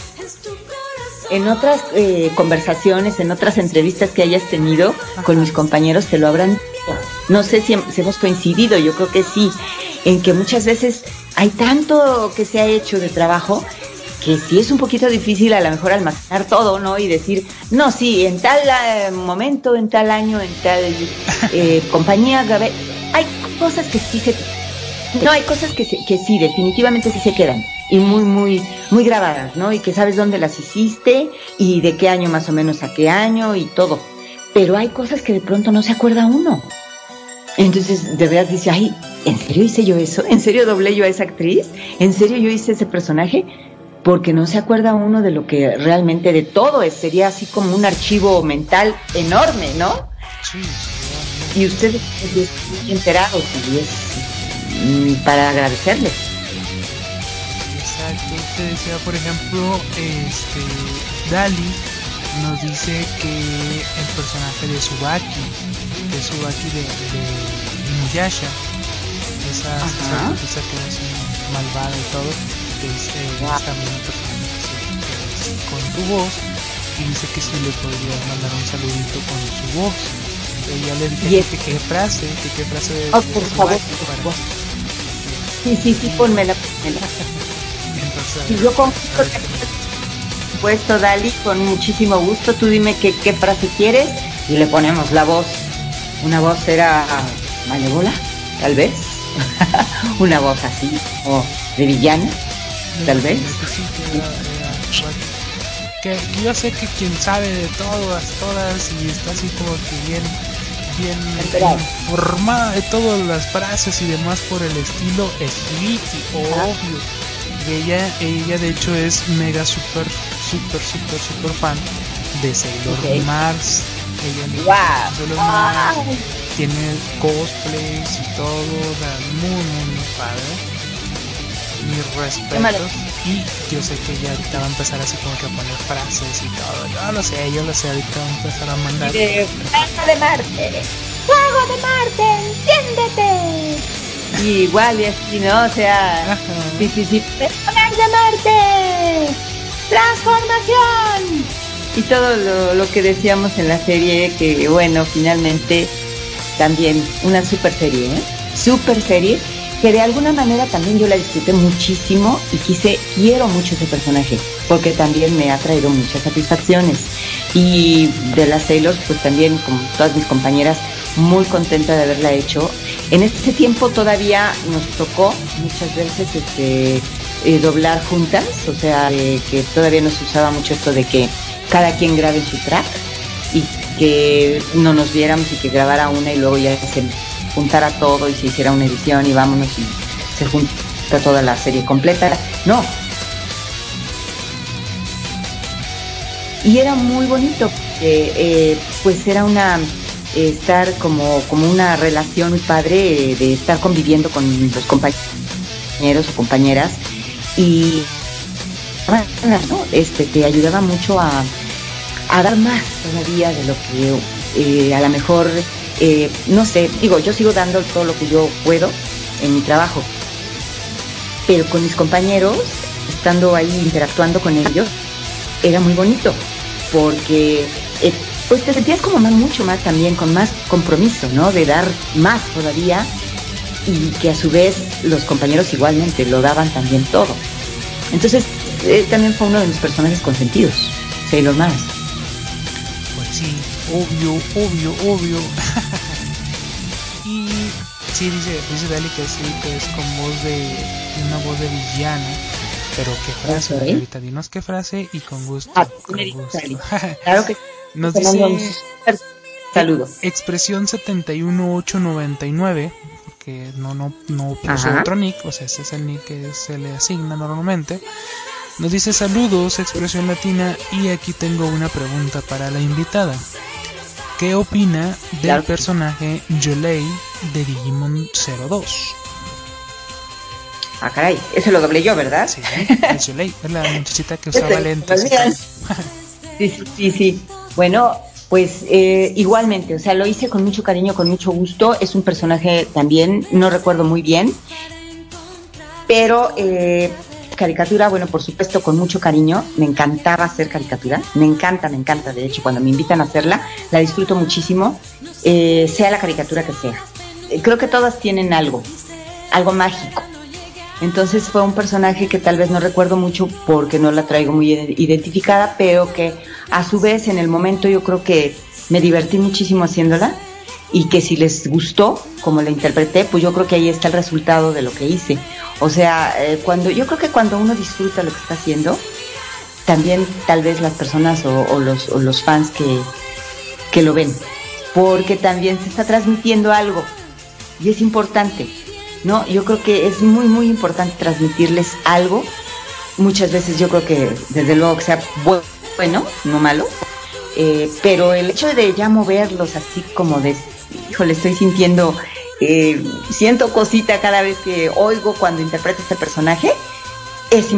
en otras conversaciones, en otras entrevistas que hayas tenido con mis compañeros, te lo habrán dicho. No sé si hemos coincidido, yo creo que sí, en que muchas veces hay tanto que se ha hecho de trabajo que sí es un poquito difícil a lo mejor almacenar todo, ¿no? Y decir, no, sí, en tal momento, en tal año, en tal compañía, hay cosas que sí hay cosas que sí, definitivamente sí se quedan y muy, muy, muy grabadas, ¿no? Y que sabes dónde las hiciste y de qué año más o menos a qué año y todo. Pero hay cosas que de pronto no se acuerda uno. Entonces, de verdad dice, ay, ¿en serio hice yo eso? ¿En serio doblé yo a esa actriz? ¿En serio yo hice ese personaje? Porque no se acuerda uno de lo que realmente de todo es. Sería así como un archivo mental enorme, ¿no? Sí, sería y ustedes están muy enterados y es para agradecerles. Exacto, te decía, por ejemplo, Dali nos dice que el personaje de Tsubaki de Inuyasha, esa artista que es malvada y todo, es también un personaje que es con tu voz, y dice que sí le podrías mandar un saludito con su voz. Ya le dije qué frase de por favor, sí, pónmela. Entonces, y yo con puesto, Dali, con muchísimo gusto, tú dime qué frase quieres y le ponemos la voz. Una voz era malévola, tal vez. Una voz así, o de villana, tal vez. Que yo sé que quien sabe de todas y está así como que bien formada de todas las frases y demás por el estilo, es Vicky, obvio. Y ella de hecho es mega super fan de Sailor Mars. Ella Sailor Mars tiene cosplays y todo, muy padre. Mis respetos. Y yo sé que ella ahorita va a empezar así como que a poner frases y todo. Yo lo sé, ahorita va a empezar a mandar. ¡Fuego de Marte! ¡Fuego de Marte! ¡Entiéndete! Y igual y así, ¿no? O sea, sí. ¡Personaje de Marte! ¡Transformación! Y todo lo que decíamos en la serie, que bueno, finalmente también una super serie, que de alguna manera también yo la disfruté muchísimo y quiero mucho ese personaje, porque también me ha traído muchas satisfacciones. Y de las Sailors, pues también, como todas mis compañeras, muy contenta de haberla hecho. En este tiempo todavía nos tocó muchas veces doblar juntas, o sea, que todavía no se usaba mucho esto de que cada quien grabe su track y que no nos viéramos y que grabara una y luego ya se juntara todo y se hiciera una edición y vámonos y se junta toda la serie completa. No. Y era muy bonito, pues era estar como una relación muy padre de estar conviviendo con los compañeros o compañeras y ¿no? Te ayudaba mucho a dar más todavía de lo que a lo mejor no sé, digo, yo sigo dando todo lo que yo puedo en mi trabajo, pero con mis compañeros, estando ahí interactuando con ellos, era muy bonito, porque pues te sentías como mucho más también, con más compromiso, ¿no? De dar más todavía, y que a su vez los compañeros igualmente lo daban también todo. Entonces, también fue uno de mis personajes consentidos, Sailor Mars. Pues sí, obvio. Y sí, dice Dali que sí, que es con una voz de villana. Pero qué frase, ahorita dinos qué frase y con gusto. Claro que nos dice saludos. Expresión 71899, porque no puso otro nick, o sea, ese es el nick que se le asigna normalmente. Nos dice saludos, expresión latina, y aquí tengo una pregunta para la invitada. ¿Qué opina del personaje Yolei de Digimon 02? Ah, caray, ese lo doblé yo, ¿verdad? Sí, es Yolei, es la muchachita que usaba lentes. Sí. Bueno, pues igualmente, o sea, lo hice con mucho cariño, con mucho gusto. Es un personaje también, no recuerdo muy bien, pero caricatura, bueno, por supuesto, con mucho cariño. Me encantaba hacer caricatura, me encanta. De hecho, cuando me invitan a hacerla, la disfruto muchísimo, sea la caricatura que sea. Creo que todas tienen algo mágico. Entonces fue un personaje que tal vez no recuerdo mucho porque no la traigo muy identificada, pero que a su vez en el momento yo creo que me divertí muchísimo haciéndola, y que si les gustó como la interpreté, pues yo creo que ahí está el resultado de lo que hice. O sea, yo creo que cuando uno disfruta lo que está haciendo, también tal vez las personas o los fans que lo ven, porque también se está transmitiendo algo y es importante. No, yo creo que es muy, muy importante transmitirles algo. Muchas veces yo creo que, desde luego, que sea bueno, no malo, pero el hecho de ya moverlos así como de, híjole, estoy sintiendo, siento cosita cada vez que oigo cuando interpreta este personaje. Es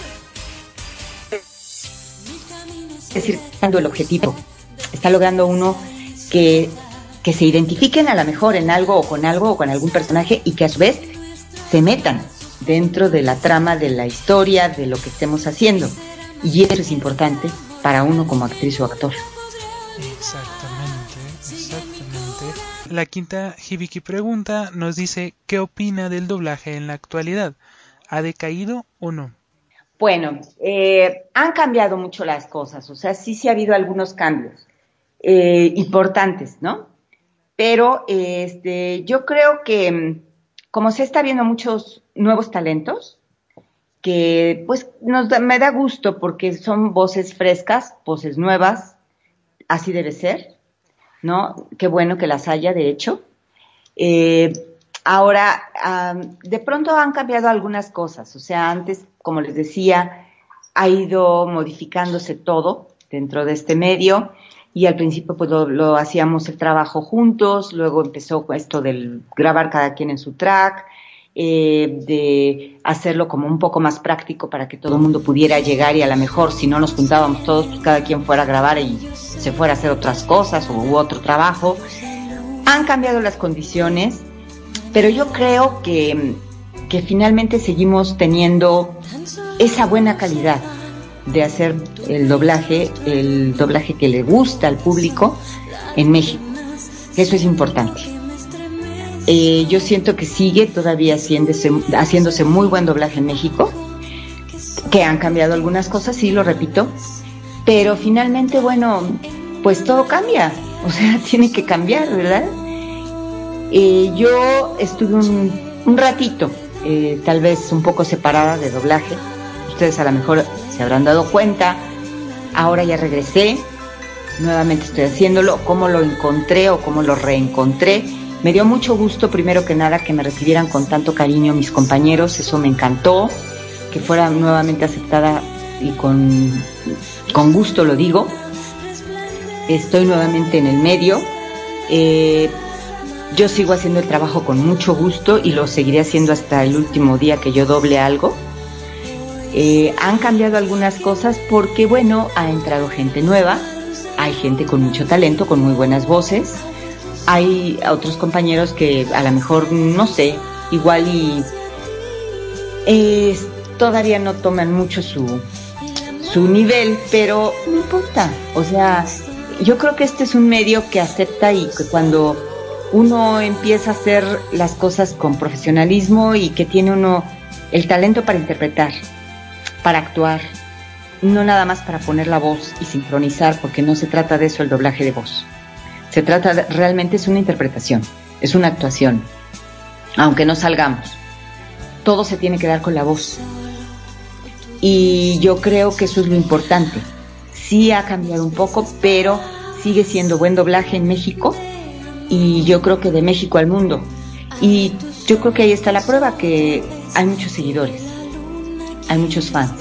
decir, el objetivo. Está logrando uno que se identifiquen a lo mejor en algo o con algún personaje y que a su vez se metan dentro de la trama de la historia, de lo que estemos haciendo. Y eso es importante para uno como actriz o actor. Exactamente. La quinta Hibiki pregunta nos dice, ¿qué opina del doblaje en la actualidad? ¿Ha decaído o no? Bueno, han cambiado mucho las cosas, o sea, sí ha habido algunos cambios importantes, ¿no? Pero yo creo que como se está viendo muchos nuevos talentos, que pues me da gusto porque son voces frescas, voces nuevas, así debe ser, ¿no? Qué bueno que las haya, de hecho. Ahora, de pronto han cambiado algunas cosas, o sea, antes, como les decía, ha ido modificándose todo dentro de este medio y al principio pues lo hacíamos el trabajo juntos, luego empezó esto del grabar cada quien en su track, de hacerlo como un poco más práctico para que todo el mundo pudiera llegar y a lo mejor si no nos juntábamos todos, pues cada quien fuera a grabar y se fuera a hacer otras cosas u otro trabajo. Han cambiado las condiciones, pero yo creo que finalmente seguimos teniendo esa buena calidad de hacer el doblaje que le gusta al público en México. Eso es importante. Yo siento que sigue todavía haciéndose muy buen doblaje en México, que han cambiado algunas cosas, sí, lo repito, pero finalmente, bueno, pues todo cambia, o sea, tiene que cambiar, ¿verdad? Yo estuve un ratito, tal vez un poco separada de doblaje, ustedes a lo mejor se habrán dado cuenta, ahora ya regresé, nuevamente estoy haciéndolo, cómo lo encontré o cómo lo reencontré. Me dio mucho gusto, primero que nada, que me recibieran con tanto cariño mis compañeros, eso me encantó, que fuera nuevamente aceptada y con gusto lo digo. Estoy nuevamente en el medio, yo sigo haciendo el trabajo con mucho gusto y lo seguiré haciendo hasta el último día que yo doble algo. Han cambiado algunas cosas porque, bueno, ha entrado gente nueva, hay gente con mucho talento, con muy buenas voces. Hay otros compañeros que a lo mejor, no sé, igual y todavía no toman mucho su nivel, pero no importa. O sea, yo creo que este es un medio que acepta y que cuando uno empieza a hacer las cosas con profesionalismo y que tiene uno el talento para interpretar, para actuar, no nada más para poner la voz y sincronizar, porque no se trata de eso el doblaje de voz. Se trata realmente es una interpretación, es una actuación, aunque no salgamos. Todo se tiene que dar con la voz. Y yo creo que eso es lo importante. Sí ha cambiado un poco, pero sigue siendo buen doblaje en México y yo creo que de México al mundo. Y yo creo que ahí está la prueba, que hay muchos seguidores, hay muchos fans.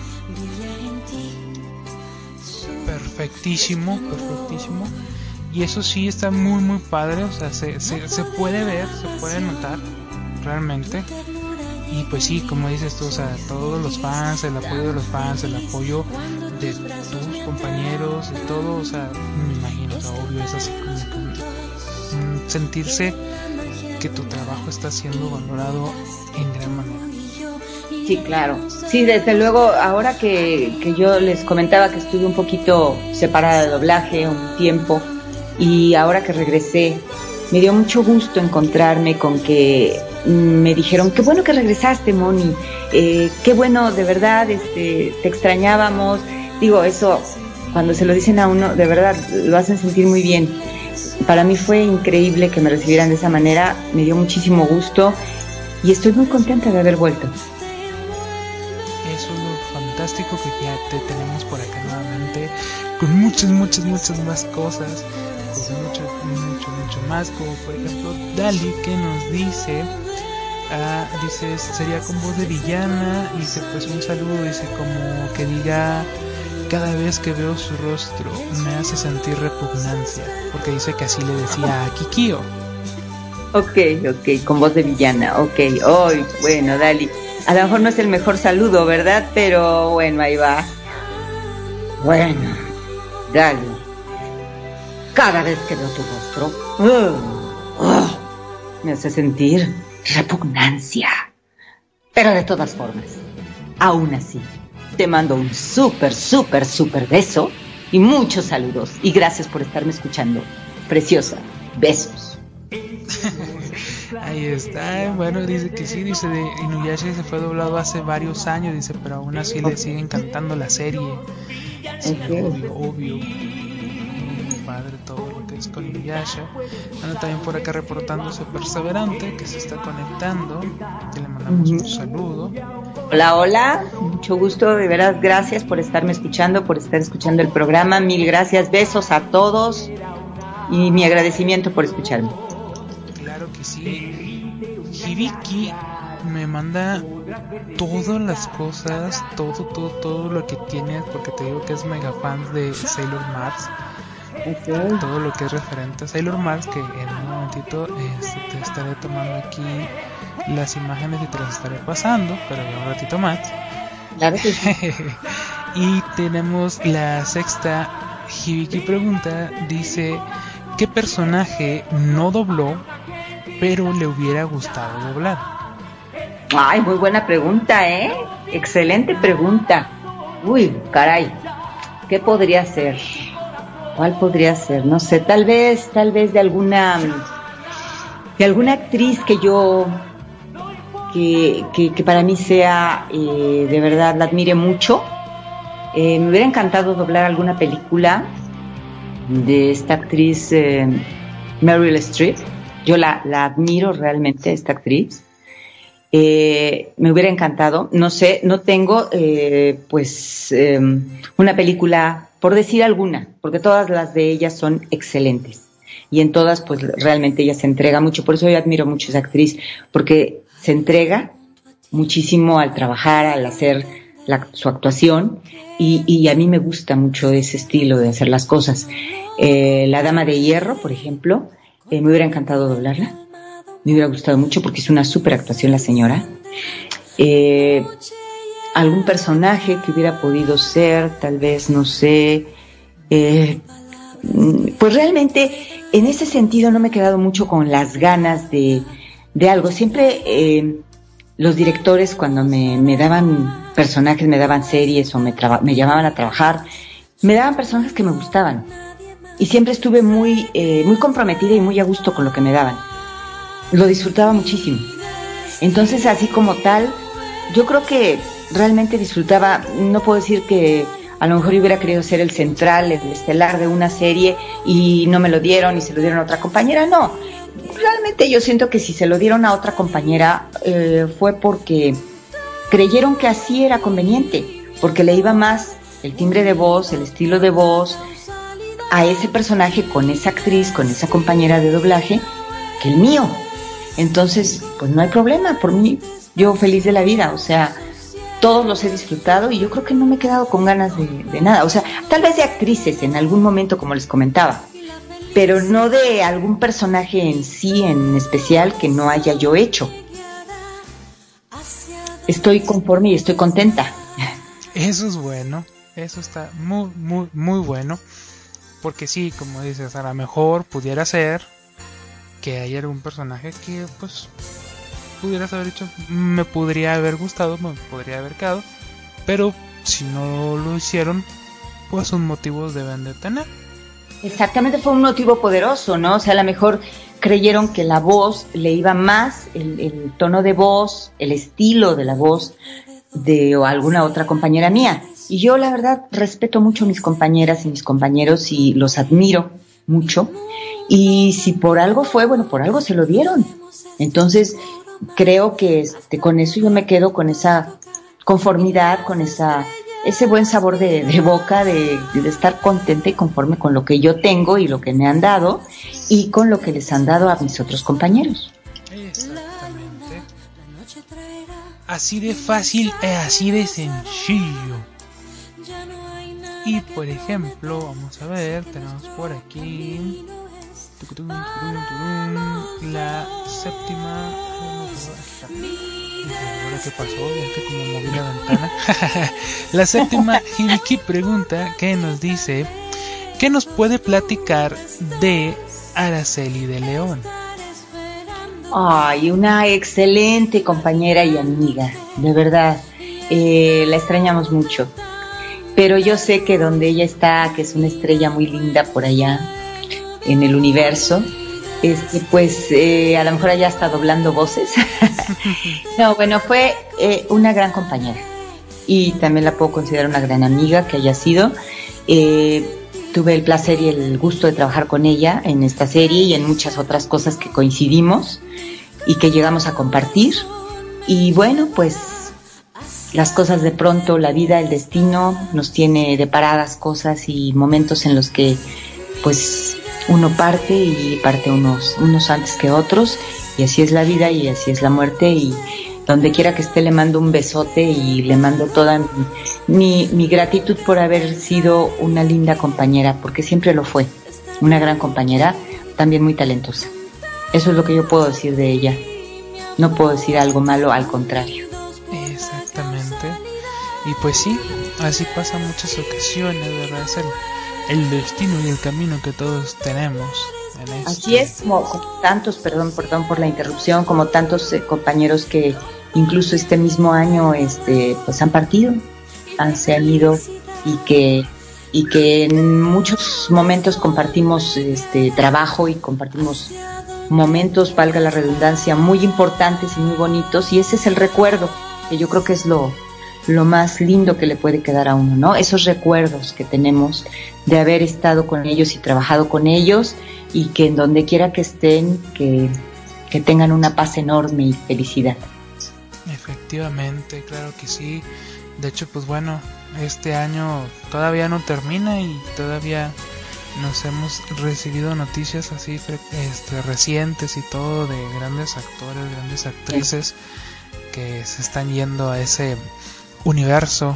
Perfectísimo. Y eso sí está muy muy padre, o sea, se puede ver, se puede notar realmente. Y pues sí, como dices tú, o sea, todos los fans, el apoyo de los fans, el apoyo de tus compañeros, de todo, o sea, me imagino, o sea, obvio es así como que sentirse que tu trabajo está siendo valorado en gran manera. Sí, claro. Sí, desde luego, ahora que yo les comentaba que estuve un poquito separada de doblaje un tiempo, y ahora que regresé, me dio mucho gusto encontrarme con que me dijeron, qué bueno que regresaste, Moni, qué bueno, de verdad, te extrañábamos. Digo, eso, cuando se lo dicen a uno, de verdad, lo hacen sentir muy bien. Para mí fue increíble que me recibieran de esa manera, me dio muchísimo gusto y estoy muy contenta de haber vuelto. Eso es lo fantástico, que ya te tenemos por acá nuevamente, con muchas más cosas, mucho más, como por ejemplo Dali, que nos dice sería con voz de villana, dice pues un saludo, dice como que diga, cada vez que veo su rostro me hace sentir repugnancia, porque dice que así le decía a Kikio. Ok, con voz de villana, ok. Hoy, bueno, Dali. A lo mejor no es el mejor saludo, ¿verdad? Pero bueno, ahí va. Bueno, Dali. Cada vez que veo tu rostro, me hace sentir repugnancia. Pero de todas formas, aún así, te mando un súper beso y muchos saludos. Y gracias por estarme escuchando. Preciosa, besos. Ahí está, bueno, dice que sí, dice de Inuyasha se fue doblado hace varios años, dice, pero aún así le sigue encantando la serie. Sí, obvio. Padre todo lo que es con Inuyasha. Bueno, también por acá reportándose Perseverante, que se está conectando, que le mandamos un saludo. Hola, mucho gusto, de veras, gracias por estarme escuchando, por estar escuchando el programa, mil gracias, besos a todos y mi agradecimiento por escucharme. Claro que sí. Hibiki me manda todas las cosas, todo lo que tiene, porque te digo que es mega fan de Sailor Mars. Okay. Todo lo que es referente a Sailor Mars, que en un momentito te estaré tomando aquí las imágenes y te las estaré pasando, pero ya un ratito más. Claro que sí. Y tenemos la sexta. Hibiki pregunta, dice, ¿qué personaje no dobló pero le hubiera gustado doblar? Ay, muy buena pregunta, excelente pregunta. Uy, caray, ¿qué podría ser? ¿Cuál podría ser? No sé, tal vez de alguna actriz que yo que para mí sea de verdad la admire mucho. Me hubiera encantado doblar alguna película de esta actriz Meryl Streep. Yo la admiro realmente, esta actriz. Me hubiera encantado. No sé, no tengo una película, por decir alguna, porque todas las de ellas son excelentes. Y en todas, pues realmente ella se entrega mucho. Por eso yo admiro mucho a esa actriz, porque se entrega muchísimo al trabajar, al hacer su actuación. Y a mí me gusta mucho ese estilo de hacer las cosas. La Dama de Hierro, por ejemplo, me hubiera encantado doblarla. Me hubiera gustado mucho porque hizo una súper actuación la señora. Algún personaje que hubiera podido ser, tal vez, no sé. Pues realmente, en ese sentido no me he quedado mucho con las ganas de algo. Siempre los directores, cuando me daban personajes, me daban series o me llamaban a trabajar, me daban personajes que me gustaban. Y siempre estuve muy comprometida y muy a gusto con lo que me daban. Lo disfrutaba muchísimo. Entonces, así como tal, yo creo que realmente disfrutaba. No puedo decir que a lo mejor yo hubiera querido ser el central, el estelar de una serie y no me lo dieron y se lo dieron a otra compañera. No, realmente yo siento que si se lo dieron a otra compañera fue porque creyeron que así era conveniente, porque le iba más el timbre de voz, el estilo de voz a ese personaje con esa actriz, con esa compañera de doblaje, que el mío. Entonces, pues no hay problema, por mí, yo feliz de la vida, o sea, todos los he disfrutado y yo creo que no me he quedado con ganas de nada, o sea, tal vez de actrices en algún momento, como les comentaba, pero no de algún personaje en sí, en especial, que no haya yo hecho. Estoy conforme y estoy contenta. Eso es bueno, eso está muy bueno, porque sí, como dices, a lo mejor pudiera ser que hay algún personaje que pues pudieras haber dicho, me podría haber gustado, me podría haber quedado, pero si no lo hicieron, pues sus motivos deben de tener. Exactamente, fue un motivo poderoso, ¿no? O sea, a lo mejor creyeron que la voz le iba más, el tono de voz, el estilo de la voz de o alguna otra compañera mía. Y yo, la verdad, respeto mucho a mis compañeras y mis compañeros y los admiro mucho. Y si por algo fue, bueno, por algo se lo dieron. Entonces, creo que con eso yo me quedo con esa conformidad, con ese buen sabor de boca, de estar contenta y conforme con lo que yo tengo y lo que me han dado y con lo que les han dado a mis otros compañeros. Exactamente. Así de fácil y así de sencillo. Y por ejemplo, vamos a ver, tenemos por aquí la séptima... ¿Qué pasó? ¿Viste cómo moví la ventana? La séptima Hibiki pregunta que nos dice: ¿qué nos puede platicar de Araceli de León? Ay, una excelente compañera y amiga, de verdad. La extrañamos mucho. Pero yo sé que donde ella está, que es una estrella muy linda por allá en el universo, pues a lo mejor ella está doblando voces. No, bueno, fue una gran compañera y también la puedo considerar una gran amiga que haya sido. Tuve el placer y el gusto de trabajar con ella en esta serie y en muchas otras cosas que coincidimos y que llegamos a compartir. Y bueno, pues las cosas de pronto, la vida, el destino nos tiene deparadas cosas y momentos en los que pues uno parte y parte unos antes que otros, y así es la vida y así es la muerte. Y donde quiera que esté le mando un besote y le mando toda mi gratitud por haber sido una linda compañera, porque siempre lo fue, una gran compañera, también muy talentosa. Eso es lo que yo puedo decir de ella. No puedo decir algo malo, al contrario. Exactamente. Y pues sí, así pasa en muchas ocasiones, ¿verdad? Es el destino y el camino que todos tenemos. Así es, como tantos, perdón por la interrupción, como tantos compañeros que incluso este mismo año pues han partido, se han ido, y que en muchos momentos compartimos trabajo y compartimos momentos, valga la redundancia, muy importantes y muy bonitos, y ese es el recuerdo, que yo creo que es lo más lindo que le puede quedar a uno, ¿no? Esos recuerdos que tenemos de haber estado con ellos y trabajado con ellos, y que en donde quiera que estén, que tengan una paz enorme y felicidad. Efectivamente, claro que sí. De hecho, pues bueno, este año todavía no termina y todavía nos hemos recibido noticias así recientes y todo de grandes actores, grandes actrices que se están yendo a ese universo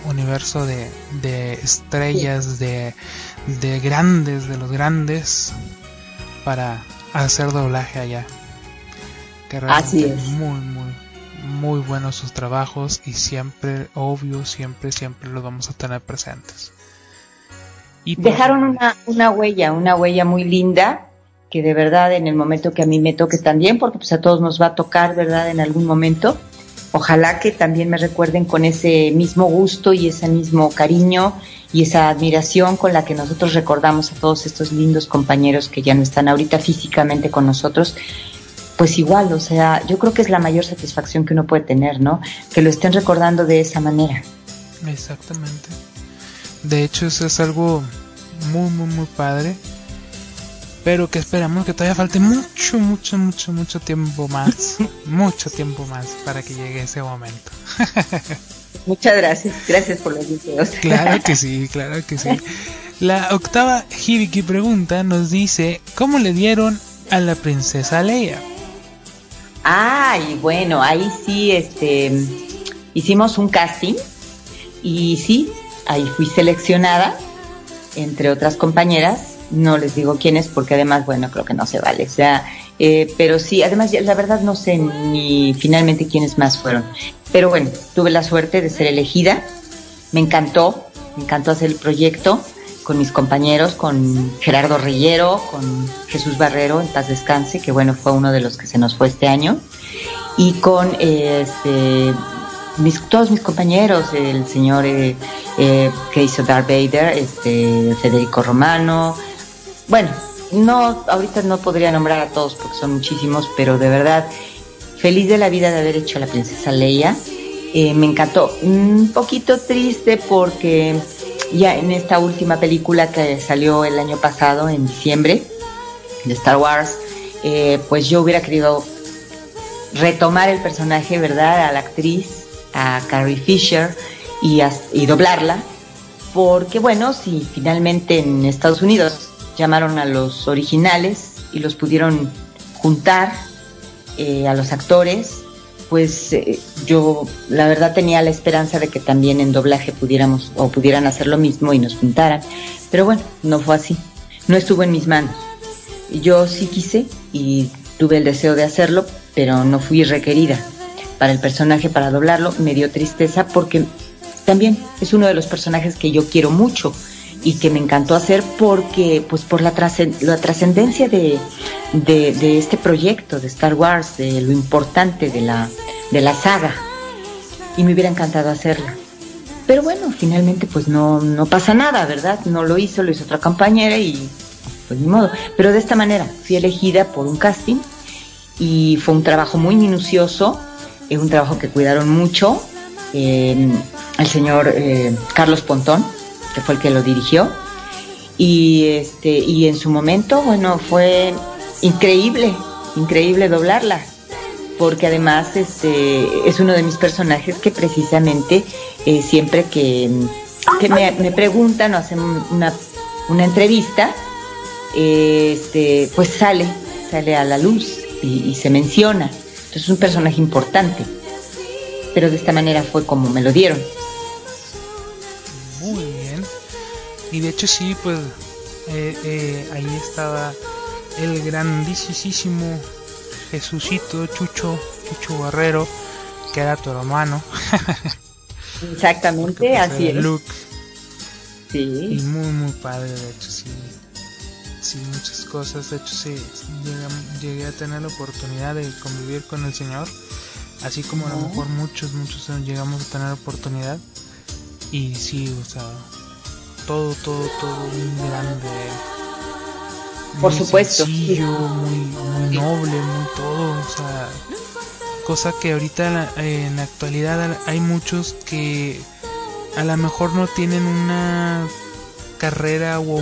de estrellas, de grandes, de los grandes, para hacer doblaje allá. Que así es. Muy buenos sus trabajos, y siempre, obvio, siempre los vamos a tener presentes. Y dejaron una huella muy linda, que de verdad en el momento que a mí me toque también, porque pues a todos nos va a tocar, ¿verdad?, en algún momento. Ojalá que también me recuerden con ese mismo gusto y ese mismo cariño y esa admiración con la que nosotros recordamos a todos estos lindos compañeros que ya no están ahorita físicamente con nosotros. Pues igual, o sea, yo creo que es la mayor satisfacción que uno puede tener, ¿no? Que lo estén recordando de esa manera. Exactamente. De hecho, eso es algo muy padre, pero que esperamos que todavía falte mucho tiempo más. Mucho tiempo más para que llegue ese momento. Muchas gracias por los deseos. Claro que sí. La octava Hibiki pregunta nos dice: ¿cómo le dieron a la princesa Leia? Ay, bueno, ahí sí, hicimos un casting, y sí, ahí fui seleccionada entre otras compañeras. No les digo quiénes, porque además, bueno, creo que no se vale, o sea, pero sí, además la verdad no sé ni finalmente quiénes más fueron, pero bueno, tuve la suerte de ser elegida. Me encantó hacer el proyecto con mis compañeros, con Gerardo Reyero, con Jesús Barrero, en paz descanse, que bueno, fue uno de los que se nos fue este año, y con todos mis compañeros, el señor que hizo Darth Vader, Federico Romano. Bueno, ahorita no podría nombrar a todos porque son muchísimos, pero de verdad feliz de la vida de haber hecho a la princesa Leia. Me encantó. Un poquito triste porque ya en esta última película que salió el año pasado, en diciembre, de Star Wars, pues yo hubiera querido retomar el personaje, ¿verdad?, a la actriz, a Carrie Fisher, y doblarla, porque bueno, si finalmente en Estados Unidos llamaron a los originales y los pudieron juntar, a los actores, pues yo la verdad tenía la esperanza de que también en doblaje pudieran hacer lo mismo y nos juntaran, pero bueno, no fue así, no estuvo en mis manos. Yo sí quise y tuve el deseo de hacerlo, pero no fui requerida para el personaje, para doblarlo. Me dio tristeza porque también es uno de los personajes que yo quiero mucho y que me encantó hacer porque, pues, por la trascendencia de este proyecto de Star Wars, de lo importante de la saga, y me hubiera encantado hacerla. Pero bueno, finalmente pues no pasa nada, ¿verdad? No lo hizo otra compañera y pues ni modo. Pero de esta manera fui elegida por un casting y fue un trabajo muy minucioso, es un trabajo que cuidaron mucho. El señor Carlos Pontón, que fue el que lo dirigió, y en su momento, bueno, fue increíble doblarla, porque además es uno de mis personajes que precisamente siempre que me preguntan o hacen una entrevista, pues sale a la luz y se menciona. Entonces es un personaje importante, pero de esta manera fue como me lo dieron. Muy bien. Y de hecho sí, pues ahí estaba el grandísimo Jesucito Chucho Barrero, que era tu hermano. Exactamente, pues, así es. Luke. Sí. Y muy padre, de hecho, sí, muchas cosas. De hecho, sí, llegué a tener la oportunidad de convivir con el Señor, así como a lo mejor muchos llegamos a tener la oportunidad. Y sí, o sea, todo muy grande. Por muy supuesto, sencillo, muy noble, muy todo, o sea, cosa que ahorita en la actualidad hay muchos que a lo mejor no tienen una carrera o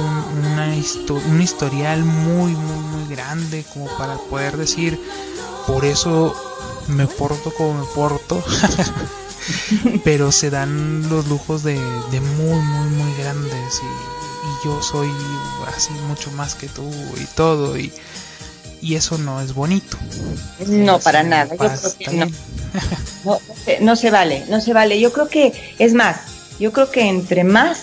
un historial muy grande como para poder decir, por eso me porto como me porto. Pero se dan los lujos de muy grandes y yo soy así mucho más que tú y todo, y eso no es bonito. No, para nada. Yo creo que no se vale. Yo creo que es más, yo creo que entre más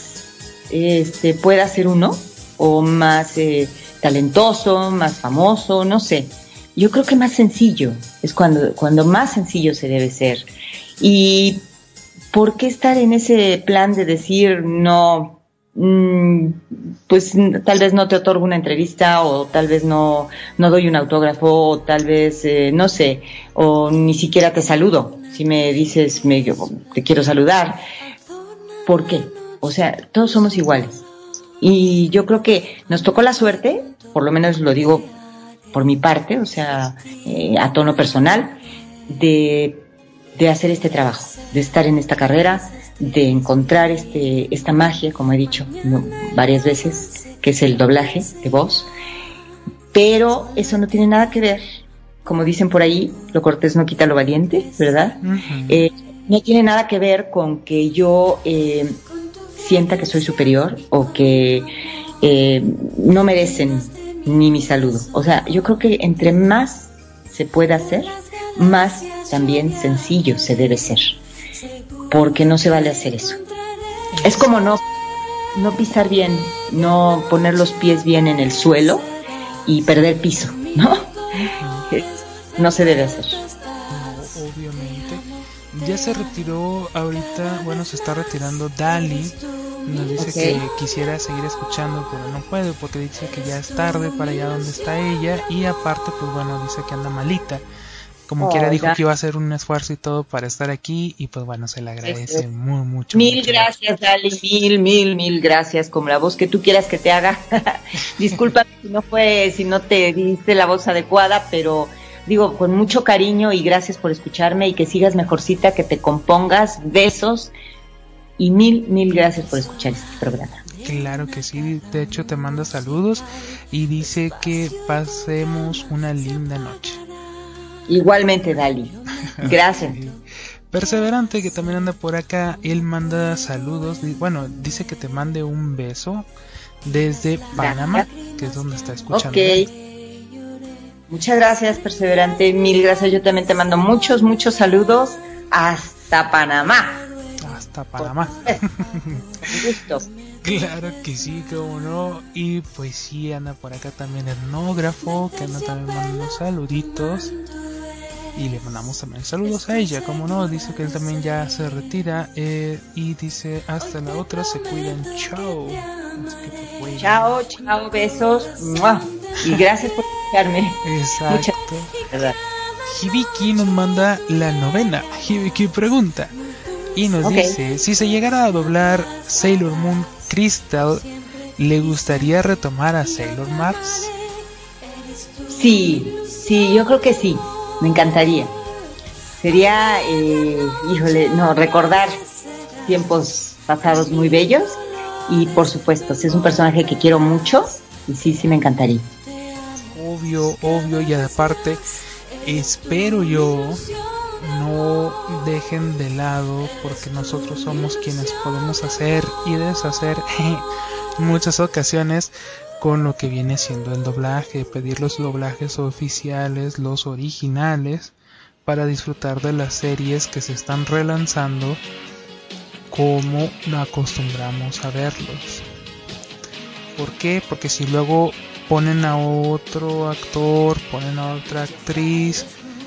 pueda ser uno, o más talentoso, más famoso, no sé, yo creo que más sencillo es cuando más sencillo se debe ser. Y ¿por qué estar en ese plan de decir no? Pues tal vez no te otorgo una entrevista, o tal vez no doy un autógrafo, o tal vez no sé, o ni siquiera te saludo si me dices te quiero saludar. ¿Por qué? O sea, todos somos iguales, y yo creo que nos tocó la suerte, por lo menos lo digo por mi parte, o sea, a tono personal, de hacer este trabajo, de estar en esta carrera, de encontrar esta magia, como he dicho varias veces, que es el doblaje de voz. Pero eso no tiene nada que ver, como dicen por ahí, lo cortés no quita lo valiente, ¿verdad? Uh-huh. No tiene nada que ver con que yo sienta que soy superior, o que no merecen ni mi saludo. O sea, yo creo que entre más se pueda hacer, más también sencillo se debe ser, porque no se vale hacer eso. Es como no pisar bien, no poner los pies bien en el suelo y perder piso, ¿no? No se debe hacer. No, obviamente. Ya se retiró ahorita, bueno, se está retirando Dali. Nos dice que quisiera seguir escuchando, pero no puede porque dice que ya es tarde para allá donde está ella, y aparte, pues bueno, dice que anda malita. Como quiera, dijo que iba a hacer un esfuerzo y todo para estar aquí, y pues bueno, se le agradece mucho. Mil gracias, Dali, mil gracias, como la voz que tú quieras que te haga. Disculpa si no te diste la voz adecuada, pero digo, con mucho cariño, y gracias por escucharme, y que sigas mejorcita, que te compongas, besos, y mil gracias por escuchar este programa. Claro que sí, de hecho te manda saludos y dice que pasemos una linda noche. Igualmente, Dali. Gracias. Perseverante, que también anda por acá, él manda saludos. Bueno, dice que te mande un beso desde Panamá, que es donde está escuchando. Ok. Muchas gracias, Perseverante. Mil gracias. Yo también te mando muchos saludos hasta Panamá. Hasta Panamá. Con gusto. Claro que sí, cómo no. Y pues sí, anda por acá también Etnógrafo, que anda también mandando saluditos. Y le mandamos también saludos a ella, como no. Dice que él también ya se retira. Y dice, hasta la otra, se cuidan, chao. Pues, chao, chao, besos. ¡Mua! Y gracias por escucharme. Exacto. Hibiki nos manda la novena. Hibiki pregunta. Y nos dice, si se llegara a doblar Sailor Moon Crystal, ¿le gustaría retomar a Sailor Mars? Sí, yo creo que sí. Me encantaría. Sería, recordar tiempos pasados muy bellos. Y por supuesto, si es un personaje que quiero mucho, y sí me encantaría. Obvio, y aparte, espero yo no dejen de lado, porque nosotros somos quienes podemos hacer y deshacer en muchas ocasiones con lo que viene siendo el doblaje, pedir los doblajes oficiales, los originales, para disfrutar de las series que se están relanzando como no acostumbramos a verlos. ¿Por qué? Porque si luego ponen a otro actor, ponen a otra actriz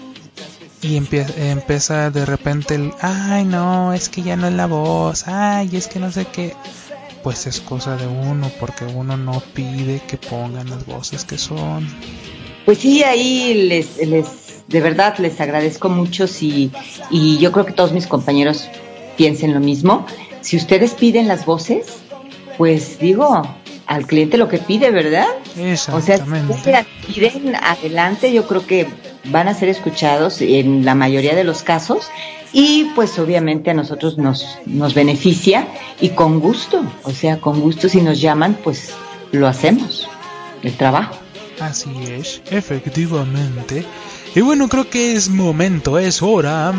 y empieza de repente el ay no, es que ya no es la voz, ay es que no sé qué, pues es cosa de uno, porque uno no pide que pongan las voces que son. Pues sí, ahí les de verdad les agradezco mucho y yo creo que todos mis compañeros piensen lo mismo. Si ustedes piden las voces, pues digo, al cliente lo que pide, ¿verdad? Exactamente. O sea, si piden adelante, yo creo que van a ser escuchados en la mayoría de los casos y pues obviamente a nosotros nos beneficia y con gusto, si nos llaman, pues lo hacemos, el trabajo. Así es, efectivamente. Y bueno, creo que es hora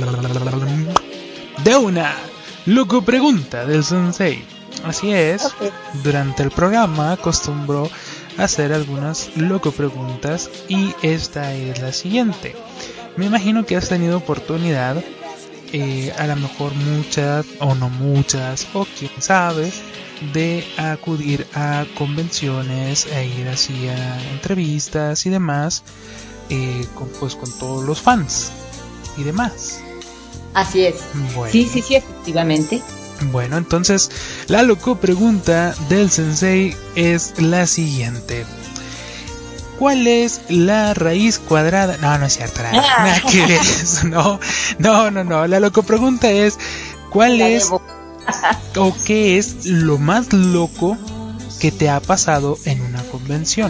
de una loco pregunta del Sensei. Así es, durante el programa acostumbro a hacer algunas loco preguntas y esta es la siguiente. Me imagino que has tenido oportunidad, a lo mejor muchas o no muchas, o quién sabe, de acudir a convenciones e ir así a entrevistas y demás, con todos los fans y demás. Así es. Bueno. Sí, efectivamente. Bueno, entonces la loco pregunta del Sensei es la siguiente. ¿Cuál es la raíz cuadrada? No es cierto, nada que ver eso, no. La loco pregunta es, ¿cuál es o qué es lo más loco que te ha pasado en una convención?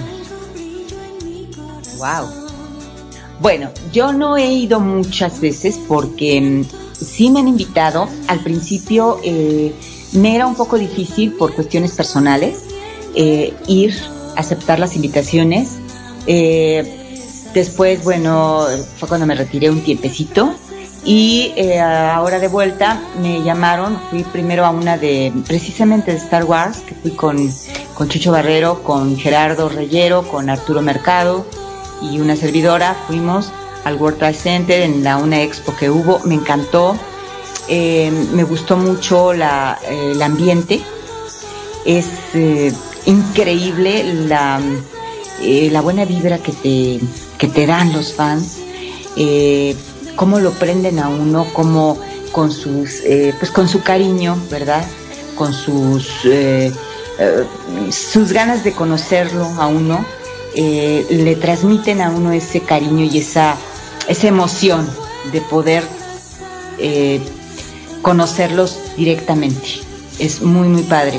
Wow. Bueno, yo no he ido muchas veces porque sí me han invitado. Al principio me era un poco difícil por cuestiones personales aceptar las invitaciones. Después, fue cuando me retiré un tiempecito y ahora de vuelta me llamaron. Fui primero a una precisamente de Star Wars, que fui con Chucho Barrero, con Gerardo Reyero, con Arturo Mercado y una servidora. Fuimos al World Trade Center en una expo que hubo. Me encantó, me gustó mucho el ambiente. Es increíble la buena vibra que te dan los fans, cómo lo prenden a uno, cómo con su cariño, ¿verdad? Con sus ganas de conocerlo a uno, le transmiten a uno ese cariño y esa emoción de poder conocerlos directamente. Es muy, muy padre.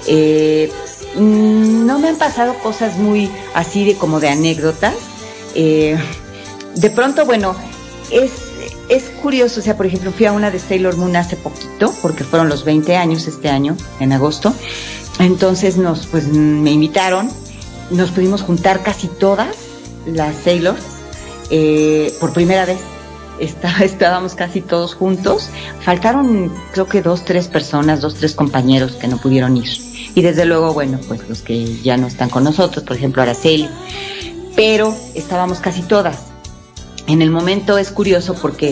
No me han pasado cosas muy así como de anécdotas. De pronto, es curioso. O sea, por ejemplo, fui a una de Sailor Moon hace poquito, porque fueron los 20 años este año, en agosto. Entonces me invitaron. Nos pudimos juntar casi todas las Sailors por primera vez. Estábamos casi todos juntos. Faltaron creo que 2-3 personas, 2-3 compañeros que no pudieron ir. Y desde luego, pues los que ya no están con nosotros, por ejemplo Araceli. Pero estábamos casi todas. En el momento es curioso porque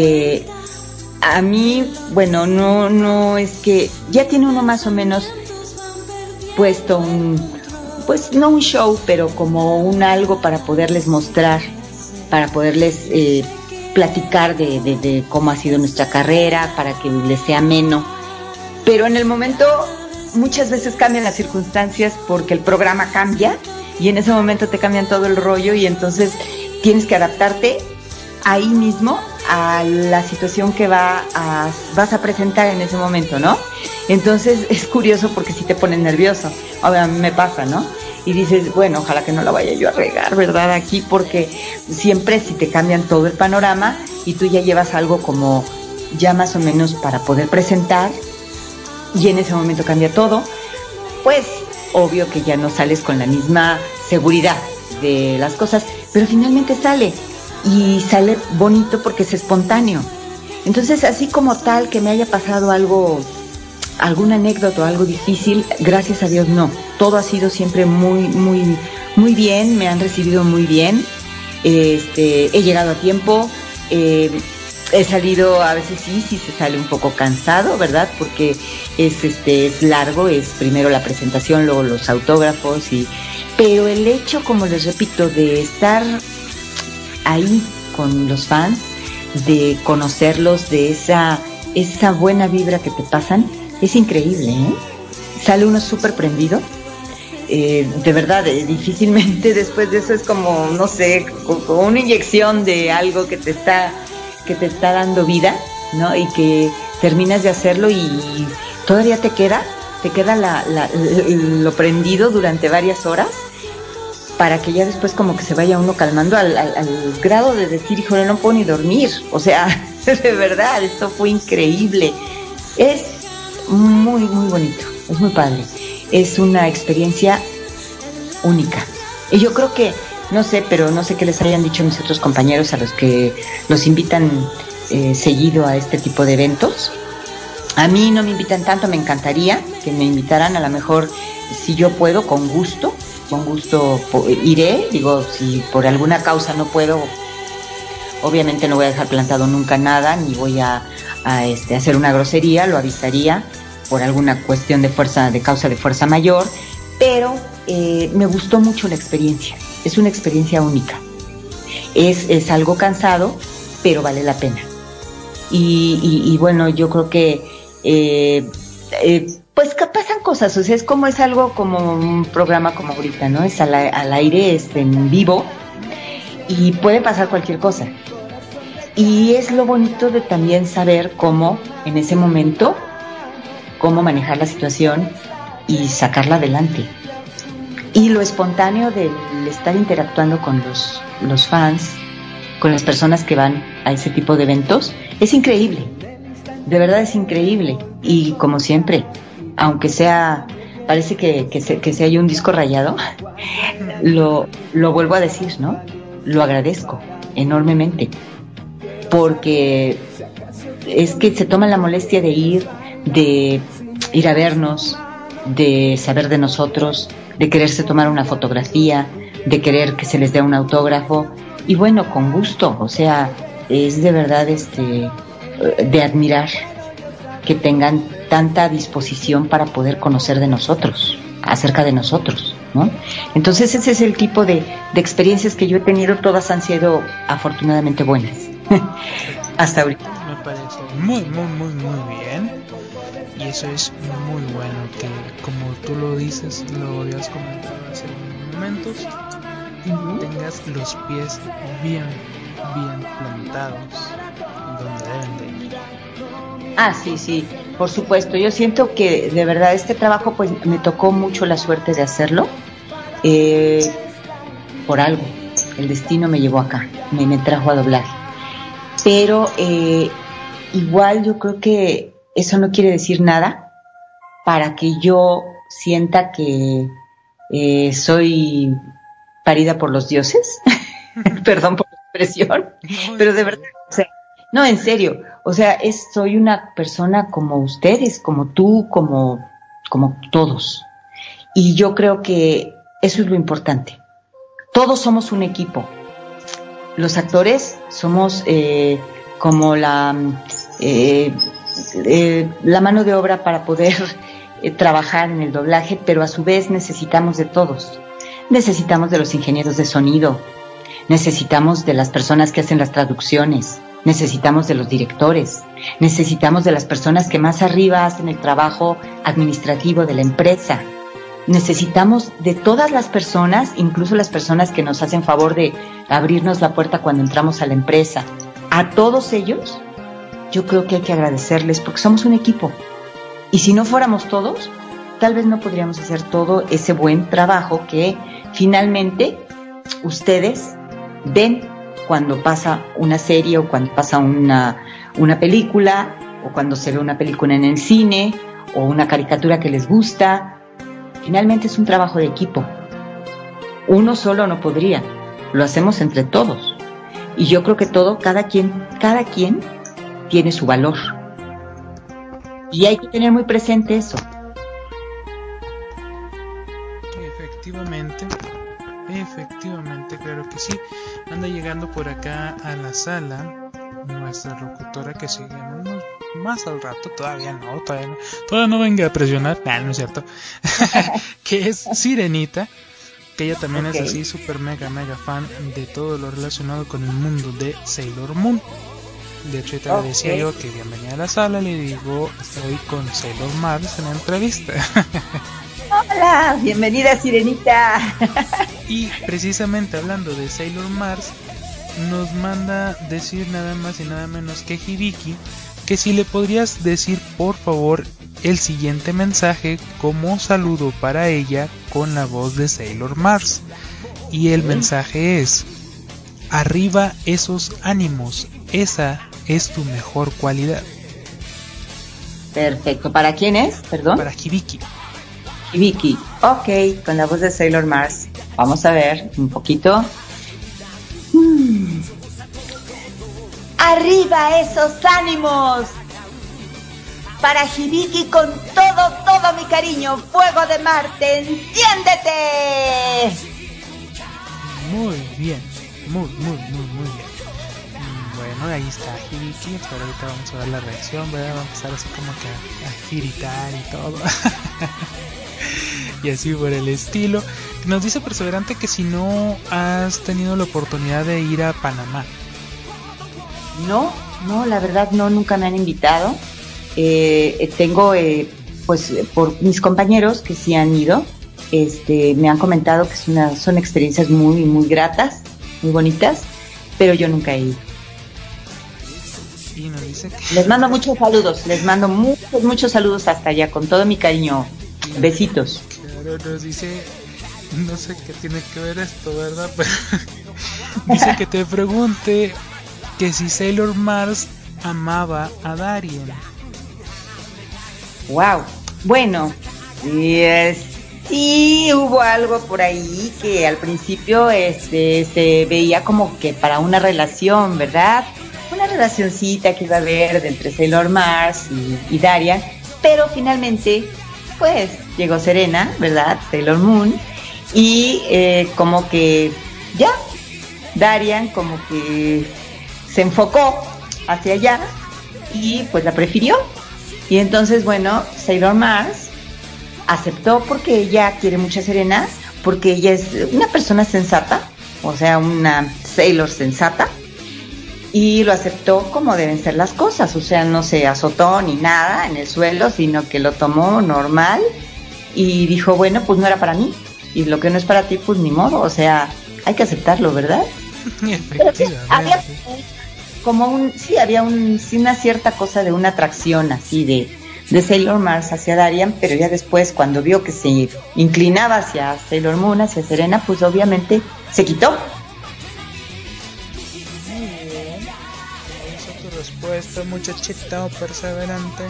a mí, no es que ya tiene uno más o menos puesto pues no un show, pero como un algo para poderles mostrar, para poderles platicar de cómo ha sido nuestra carrera, para que les sea ameno. Pero en el momento muchas veces cambian las circunstancias porque el programa cambia y en ese momento te cambian todo el rollo y entonces tienes que adaptarte ahí mismo a la situación que vas a presentar en ese momento, ¿no? Entonces es curioso porque sí te pones nervioso. A mí me pasa, ¿no? Y dices, bueno, ojalá que no la vaya yo a regar, ¿verdad? Aquí, porque siempre si te cambian todo el panorama y tú ya llevas algo como ya más o menos para poder presentar y en ese momento cambia todo, pues obvio que ya no sales con la misma seguridad de las cosas, pero finalmente sale y sale bonito porque es espontáneo. Entonces, así como tal que me haya pasado algo, alguna anécdota o algo difícil, gracias a Dios no. Todo ha sido siempre muy, muy, muy bien, me han recibido muy bien. He llegado a tiempo, he salido, a veces sí se sale un poco cansado, ¿verdad? Porque es largo, es primero la presentación, luego los autógrafos pero el hecho, como les repito, de estar ahí con los fans, de conocerlos, de esa buena vibra que te pasan, es increíble, ¿eh? Sale uno súper prendido. De verdad, difícilmente después de eso es como, no sé, como una inyección de algo que te está dando vida, ¿no? Y que terminas de hacerlo y todavía te queda lo prendido durante varias horas para que ya después como que se vaya uno calmando al grado de decir, híjole, no puedo ni dormir. O sea, de verdad, esto fue increíble. Es muy, muy bonito, es muy padre. Es una experiencia única. Y yo creo que, no sé, pero no sé qué les hayan dicho mis otros compañeros a los que los invitan seguido a este tipo de eventos. A mí no me invitan tanto, me encantaría que me invitaran, a lo mejor si yo puedo, con gusto iré. Digo, si por alguna causa no puedo, obviamente no voy a dejar plantado nunca nada, ni voy a hacer una grosería, lo avisaría por alguna cuestión de causa de fuerza mayor, pero me gustó mucho la experiencia, es una experiencia única, es algo cansado, pero vale la pena. Y bueno, yo creo que pues que pasan cosas, o sea, es algo como un programa como ahorita, ¿no? Es al aire, en vivo, y puede pasar cualquier cosa. Y es lo bonito de también saber cómo, en ese momento, cómo manejar la situación y sacarla adelante. Y lo espontáneo del estar interactuando con los fans, con las personas que van a ese tipo de eventos, es increíble. De verdad es increíble. Y como siempre, aunque parece que se haya un disco rayado, lo vuelvo a decir, ¿no? Lo agradezco enormemente. Porque es que se toman la molestia de ir a vernos, de saber de nosotros, de quererse tomar una fotografía, de querer que se les dé un autógrafo, y bueno, con gusto. O sea, es de verdad de admirar que tengan tanta disposición para poder conocer de nosotros, acerca de nosotros, ¿no? Entonces ese es el tipo de experiencias que yo he tenido, todas han sido afortunadamente buenas. Hasta ahorita. Me parece muy, muy, muy, muy bien. Y eso es muy bueno, que como tú lo dices, lo habías comentado hace unos momentos, tengas los pies bien plantados donde deben de ir. Ah, sí, por supuesto. Yo siento que de verdad este trabajo pues me tocó mucho la suerte de hacerlo. Por algo, el destino me llevó acá, me trajo a doblar. Pero igual yo creo que eso no quiere decir nada para que yo sienta que soy parida por los dioses. Perdón por la expresión, pero de verdad, o sea, no, en serio, o sea, soy una persona como ustedes, como tú, como todos. Y yo creo que eso es lo importante. Todos somos un equipo. Los actores somos como la mano de obra para poder trabajar en el doblaje, pero a su vez necesitamos de todos. Necesitamos de los ingenieros de sonido, necesitamos de las personas que hacen las traducciones, necesitamos de los directores, necesitamos de las personas que más arriba hacen el trabajo administrativo de la empresa. Necesitamos de todas las personas, incluso las personas que nos hacen favor de abrirnos la puerta cuando entramos a la empresa. A todos ellos, yo creo que hay que agradecerles porque somos un equipo. Y si no fuéramos todos, tal vez no podríamos hacer todo ese buen trabajo que finalmente ustedes ven cuando pasa una serie o cuando pasa una película o cuando se ve una película en el cine o una caricatura que les gusta. Finalmente es un trabajo de equipo. Uno solo no podría. Lo hacemos entre todos. Y yo creo que cada quien tiene su valor. Y hay que tener muy presente eso. Efectivamente, claro que sí. Anda llegando por acá a la sala nuestra locutora que sigue más al rato, todavía no venga a presionar, no es cierto, que es Sirenita, que ella también es así super mega fan de todo lo relacionado con el mundo de Sailor Moon. De hecho, ahorita le decía yo que bienvenida a la sala, le digo, estoy con Sailor Mars en la entrevista. Hola, bienvenida Sirenita. Y precisamente hablando de Sailor Mars, nos manda decir nada más y nada menos que Hibiki, que si le podrías decir por favor el siguiente mensaje como saludo para ella con la voz de Sailor Mars. Y el mensaje es: arriba esos ánimos, esa es tu mejor cualidad. Perfecto. ¿Para quién es? Perdón. Para Hibiki. Hibiki, ok, con la voz de Sailor Mars. Vamos a ver un poquito. Arriba esos ánimos. Para Hibiki con todo mi cariño. Fuego de Marte, enciéndete. Muy bien, muy bien. Bueno, ahí está Hibiki. Pero ahorita vamos a ver la reacción, ¿verdad? Vamos a empezar así como que a giritar y todo. Y así por el estilo. Nos dice Perseverante que si no has tenido la oportunidad de ir a Panamá. No, la verdad no, nunca me han invitado. Tengo, pues, por mis compañeros que sí han ido, me han comentado que son experiencias muy, muy gratas, muy bonitas, pero yo nunca he ido. Y nos dice que... Les mando muchos saludos, muchos saludos hasta allá, con todo mi cariño. Besitos. Claro, nos dice, no sé qué tiene que ver esto, ¿verdad? Pero dice que te pregunte que si Sailor Mars amaba a Darien. Wow. Bueno, sí hubo algo por ahí que al principio se veía como que para una relación, ¿verdad? Una relacioncita que iba a haber entre Sailor Mars y Darien, pero finalmente pues llegó Serena, ¿verdad? Sailor Moon, y como que ya Darien como que se enfocó hacia allá y pues la prefirió. Y entonces, bueno, Sailor Mars aceptó porque ella quiere mucho a Serena, porque ella es una persona sensata, o sea, una Sailor sensata, y lo aceptó como deben ser las cosas, o sea, no se azotó ni nada en el suelo, sino que lo tomó normal y dijo, bueno, pues no era para mí, y lo que no es para ti, pues ni modo, o sea, hay que aceptarlo, ¿verdad? Efectivamente. Había como había una cierta cosa de una atracción así de Sailor Mars hacia Darien, pero ya después cuando vio que se inclinaba hacia Sailor Moon, hacia Serena, pues obviamente se quitó. Respuesta, muchachita o perseverante.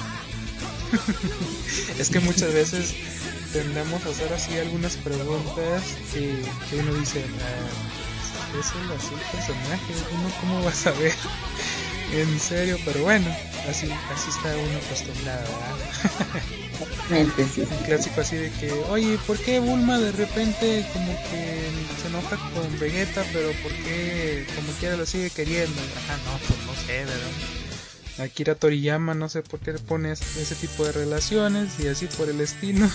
Es que muchas veces tendemos a hacer así algunas preguntas que uno dice, es así el personaje, uno cómo va a saber en serio, pero bueno, así está uno acostumbrado, ¿verdad? Sí. Un clásico así de que, oye, ¿por qué Bulma de repente como que se enoja con Vegeta, pero por qué como quiera lo sigue queriendo? Ajá, no, pues no sé, ¿verdad? Akira Toriyama, no sé por qué pone ese tipo de relaciones y así por el estilo.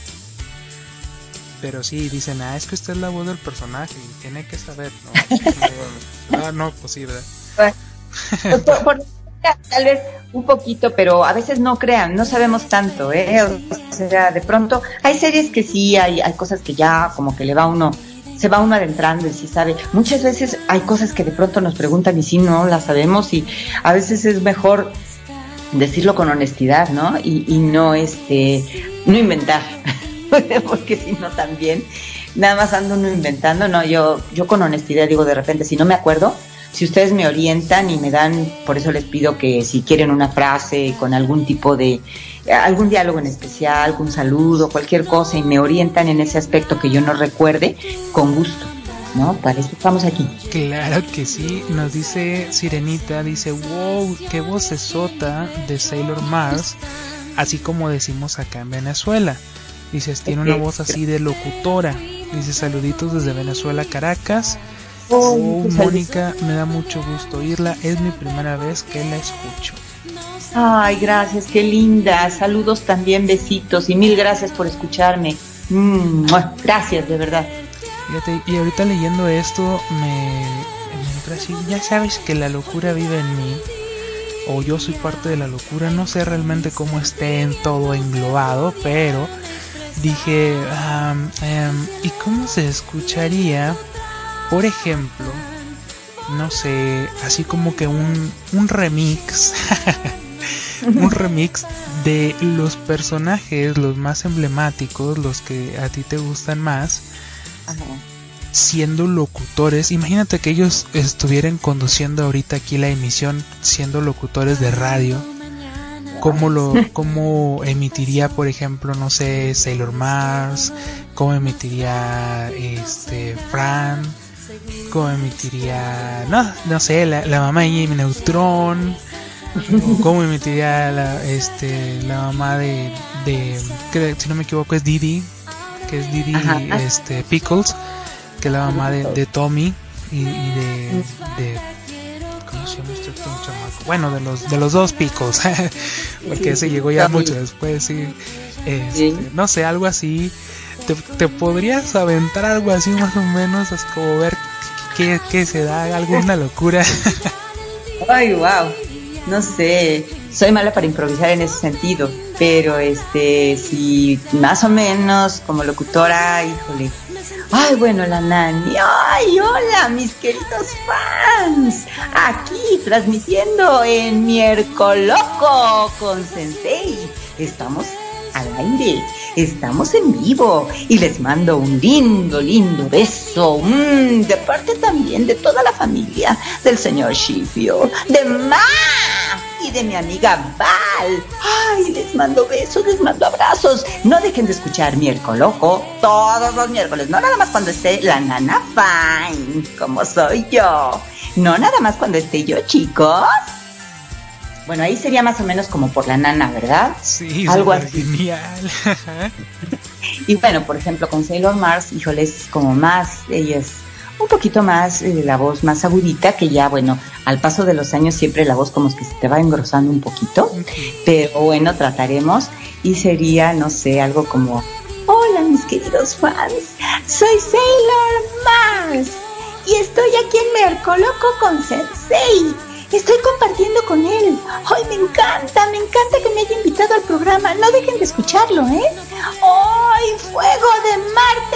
Pero sí, dicen, es que usted es la voz del personaje y tiene que saber, no, pues sí, ¿verdad? Pues tal vez un poquito, pero a veces no crean, no sabemos tanto, o sea, de pronto hay series que sí, hay cosas que ya como que se va uno adentrando y sí sabe. Muchas veces hay cosas que de pronto nos preguntan y sí no las sabemos, y a veces es mejor decirlo con honestidad, ¿no? Y no no inventar. Porque si no también nada más ando uno inventando. No, yo con honestidad digo, de repente, si no me acuerdo, si ustedes me orientan y me dan, por eso les pido que si quieren una frase con algún tipo de algún diálogo en especial, algún saludo, cualquier cosa, y me orientan en ese aspecto que yo no recuerde, con gusto, ¿no? Para eso estamos aquí. Claro que sí. Nos dice Sirenita, dice, wow, qué vocesota de Sailor Mars, así como decimos acá en Venezuela. Dices, tiene una voz así de locutora. Dice, saluditos desde Venezuela, Caracas. Mónica, me da mucho gusto oírla. Es mi primera vez que la escucho. Ay, gracias, qué linda. Saludos también, besitos. Y mil gracias por escucharme. Gracias, de verdad. Fíjate, y ahorita leyendo esto, me entra así. Ya sabes que la locura vive en mí. O yo soy parte de la locura. No sé realmente cómo esté en todo englobado, pero dije, ¿y cómo se escucharía, por ejemplo, no sé, así como que un remix, un remix de los personajes, los más emblemáticos, los que a ti te gustan más, siendo locutores? Imagínate que ellos estuvieran conduciendo ahorita aquí la emisión, siendo locutores de radio. ¿Cómo emitiría, por ejemplo, no sé, Sailor Mars? ¿Cómo emitiría Fran? ¿Cómo emitiría, no sé, la mamá de Jimmy Neutron? ¿Cómo emitiría la mamá de que, si no me equivoco, es Didi, que es Didi Pickles, que es la mamá de Tommy y de ¿cómo se llama este chamaco? Bueno, de los dos Pickles, porque ese llegó ya mucho después, sí. No sé, algo así. ¿Te podrías aventar algo así más o menos? Es como ver qué se da, alguna locura. Ay, wow. No sé, soy mala para improvisar en ese sentido, pero si más o menos como locutora, híjole. Ay, bueno, la Nani. Ay, hola, mis queridos fans. Aquí transmitiendo en Miércoloco con Sensei. Estamos al aire, estamos en vivo y les mando un lindo beso de parte también de toda la familia del señor Shifio, de Ma y de mi amiga Val. Ay, les mando besos, les mando abrazos. No dejen de escuchar Miércoloco todos los miércoles, no nada más cuando esté la Nana Fine, como soy yo, no nada más cuando esté yo, chicos. Bueno, ahí sería más o menos como por la Nana, ¿verdad? Sí, algo así. Genial. Y bueno, por ejemplo, con Sailor Mars, híjole, es como más, ella es un poquito más, la voz más agudita, que ya, bueno, al paso de los años siempre la voz como que se te va engrosando un poquito, pero bueno, trataremos, y sería, no sé, algo como, hola mis queridos fans, soy Sailor Mars, y estoy aquí en Miércoloco con Sensei. Estoy compartiendo con él. ¡Ay, me encanta que me haya invitado al programa! No dejen de escucharlo, ¿eh? ¡Ay, fuego de Marte,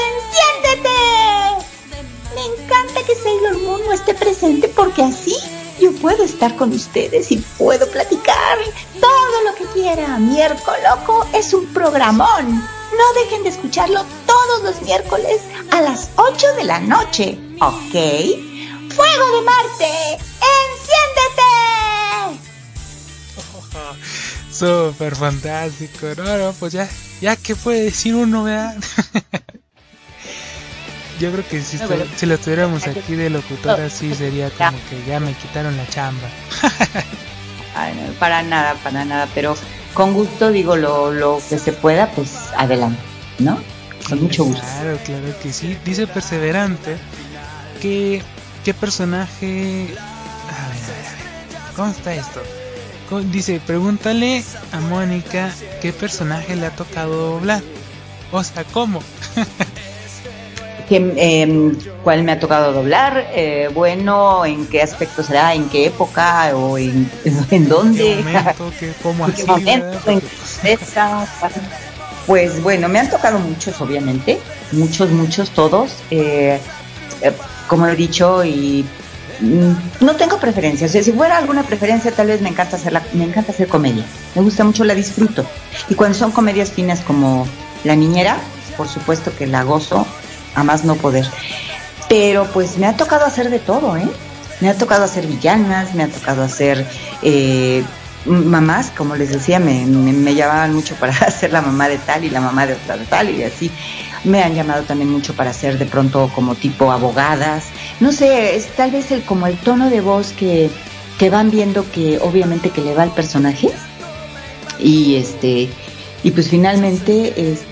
enciéndete! Me encanta que Sailor Moon no esté presente porque así yo puedo estar con ustedes y puedo platicar todo lo que quiera. Miércoloco es un programón. No dejen de escucharlo todos los miércoles a las 8 de la noche, ¿ok? ¡Fuego de Marte! ¡Enciéndete! Súper fantástico. No, pues ya que puede decir uno, ¿verdad? Yo creo que si lo tuviéramos aquí de locutora, sí sería como que ya me quitaron la chamba. Ay, no, para nada, pero con gusto digo lo que se pueda, pues adelante, ¿no? Con mucho gusto. Claro que sí. Dice Perseverante que ¿qué personaje? A ver. ¿Cómo está esto? Dice, pregúntale a Mónica qué personaje le ha tocado doblar. O sea, ¿cómo? ¿Cuál me ha tocado doblar? Bueno, ¿en qué aspecto será? ¿En qué época? ¿O en dónde? ¿En qué momento? ¿Cómo así? Pues bueno, me han tocado muchos, obviamente. Muchos, todos. Como he dicho, y no tengo preferencia. O sea, si fuera alguna preferencia, tal vez me encanta hacer comedia. Me gusta mucho, la disfruto. Y cuando son comedias finas como La Niñera, por supuesto que la gozo a más no poder. Pero pues me ha tocado hacer de todo, ¿eh? Me ha tocado hacer villanas, me ha tocado hacer mamás, como les decía, me llamaban mucho para hacer la mamá de tal y la mamá de otra de tal y así. Me han llamado también mucho para hacer de pronto como tipo abogadas. No sé, es tal vez como el tono de voz que van viendo que obviamente que le va al personaje. Y pues finalmente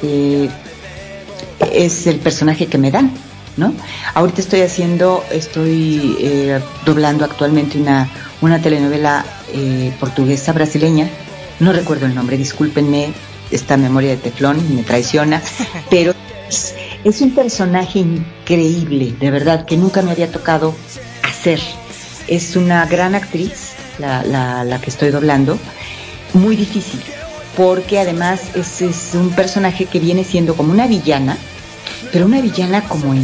es el personaje que me dan, ¿no? Ahorita estoy doblando actualmente una telenovela portuguesa brasileña. No recuerdo el nombre, discúlpenme, esta memoria de teflón me traiciona, pero es un personaje increíble, de verdad, que nunca me había tocado hacer. Es una gran actriz, la que estoy doblando, muy difícil, porque además es un personaje que viene siendo como una villana, pero una villana como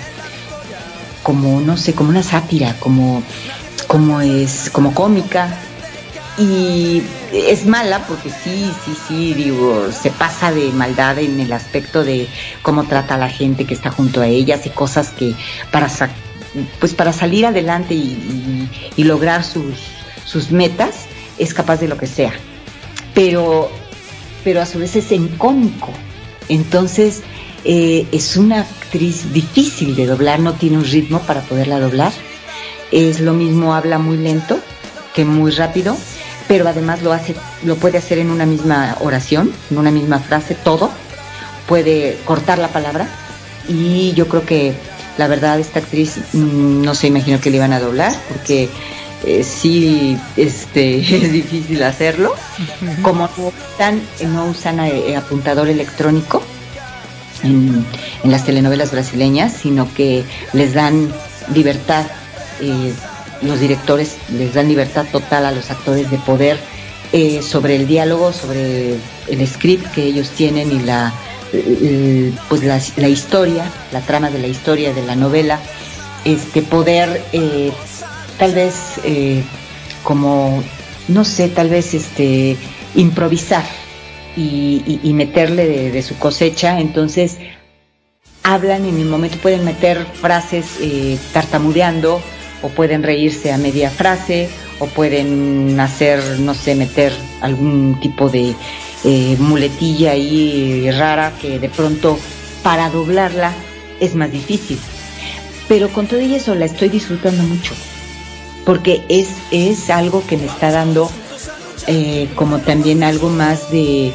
no sé, como una sátira, como cómica, y es mala porque sí, digo, se pasa de maldad en el aspecto de cómo trata a la gente que está junto a ella, hace cosas que para salir adelante y lograr sus metas es capaz de lo que sea, pero a su vez es en cómico. Entonces es una actriz difícil de doblar, no tiene un ritmo para poderla doblar. Es lo mismo, habla muy lento que muy rápido, pero además lo puede hacer en una misma oración, en una misma frase, todo. Puede cortar la palabra, y yo creo que la verdad esta actriz no se imaginó que le iban a doblar, porque sí, es difícil hacerlo. Como no usan apuntador electrónico en las telenovelas brasileñas, sino que les dan libertad, los directores les dan libertad total a los actores de poder sobre el diálogo, sobre el script que ellos tienen y la historia, la trama de la historia de la novela, poder tal vez como no sé, tal vez improvisar y meterle de su cosecha. Entonces hablan en el momento, pueden meter frases tartamudeando, o pueden reírse a media frase, o pueden hacer, no sé, meter algún tipo de muletilla ahí rara que de pronto para doblarla es más difícil. Pero con todo y eso la estoy disfrutando mucho, porque es algo que me está dando como también algo más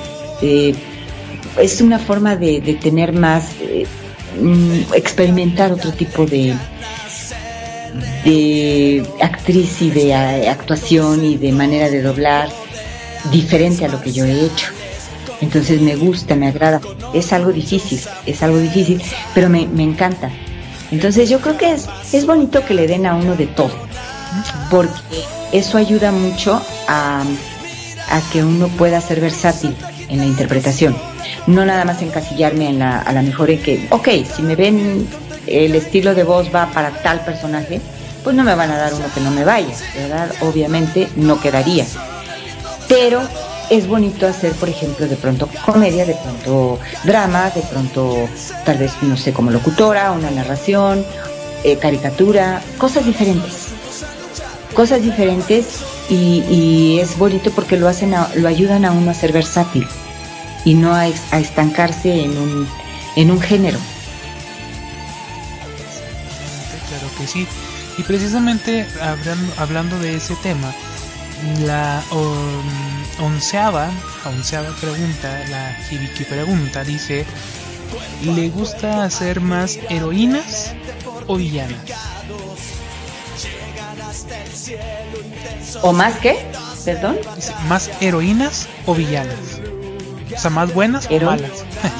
es una forma de tener más, experimentar otro tipo de actriz y de actuación y de manera de doblar diferente a lo que yo he hecho. Entonces me gusta, me agrada. Es algo difícil, pero me encanta. Entonces yo creo que es bonito que le den a uno de todo, porque eso ayuda mucho a que uno pueda ser versátil en la interpretación. No nada más encasillarme a la mejor en que, si me ven el estilo de voz va para tal personaje, pues no me van a dar uno que no me vaya, ¿verdad? Obviamente no quedaría. Pero es bonito hacer, por ejemplo, de pronto comedia, de pronto drama, de pronto tal vez, no sé, como locutora, una narración, caricatura, cosas diferentes y es bonito porque lo ayudan a uno a ser versátil y no a estancarse en un género. Claro que sí. Y precisamente hablando de ese tema, la onceava pregunta, la Hibiki pregunta, dice: ¿le gusta hacer más heroínas o villanas? ¿O más qué? ¿Perdón? Dice, ¿más heroínas o villanas? O sea, ¿más buenas o malas?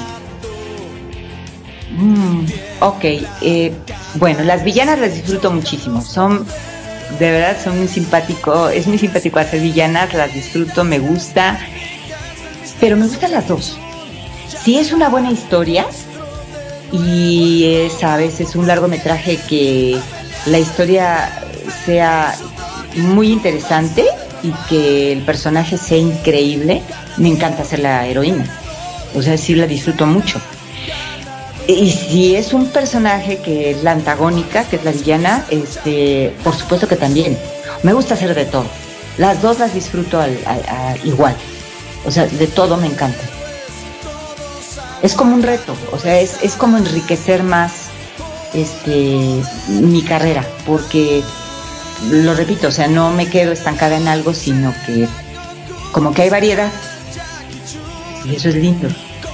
Ok, bueno, las villanas las disfruto muchísimo. De verdad, son muy simpáticos. Es muy simpático hacer villanas, las disfruto, me gusta. Pero me gustan las dos. Si es una buena historia y es a veces un largometraje que la historia sea muy interesante y que el personaje sea increíble, me encanta ser la heroína. O sea, sí la disfruto mucho. Y si es un personaje que es la antagónica, que es la villana, por supuesto que también. Me gusta hacer de todo. Las dos las disfruto igual. O sea, de todo me encanta. Es como un reto, o sea, es como enriquecer más mi carrera, porque lo repito, o sea, no me quedo estancada en algo, sino que como que hay variedad. Y eso es lindo.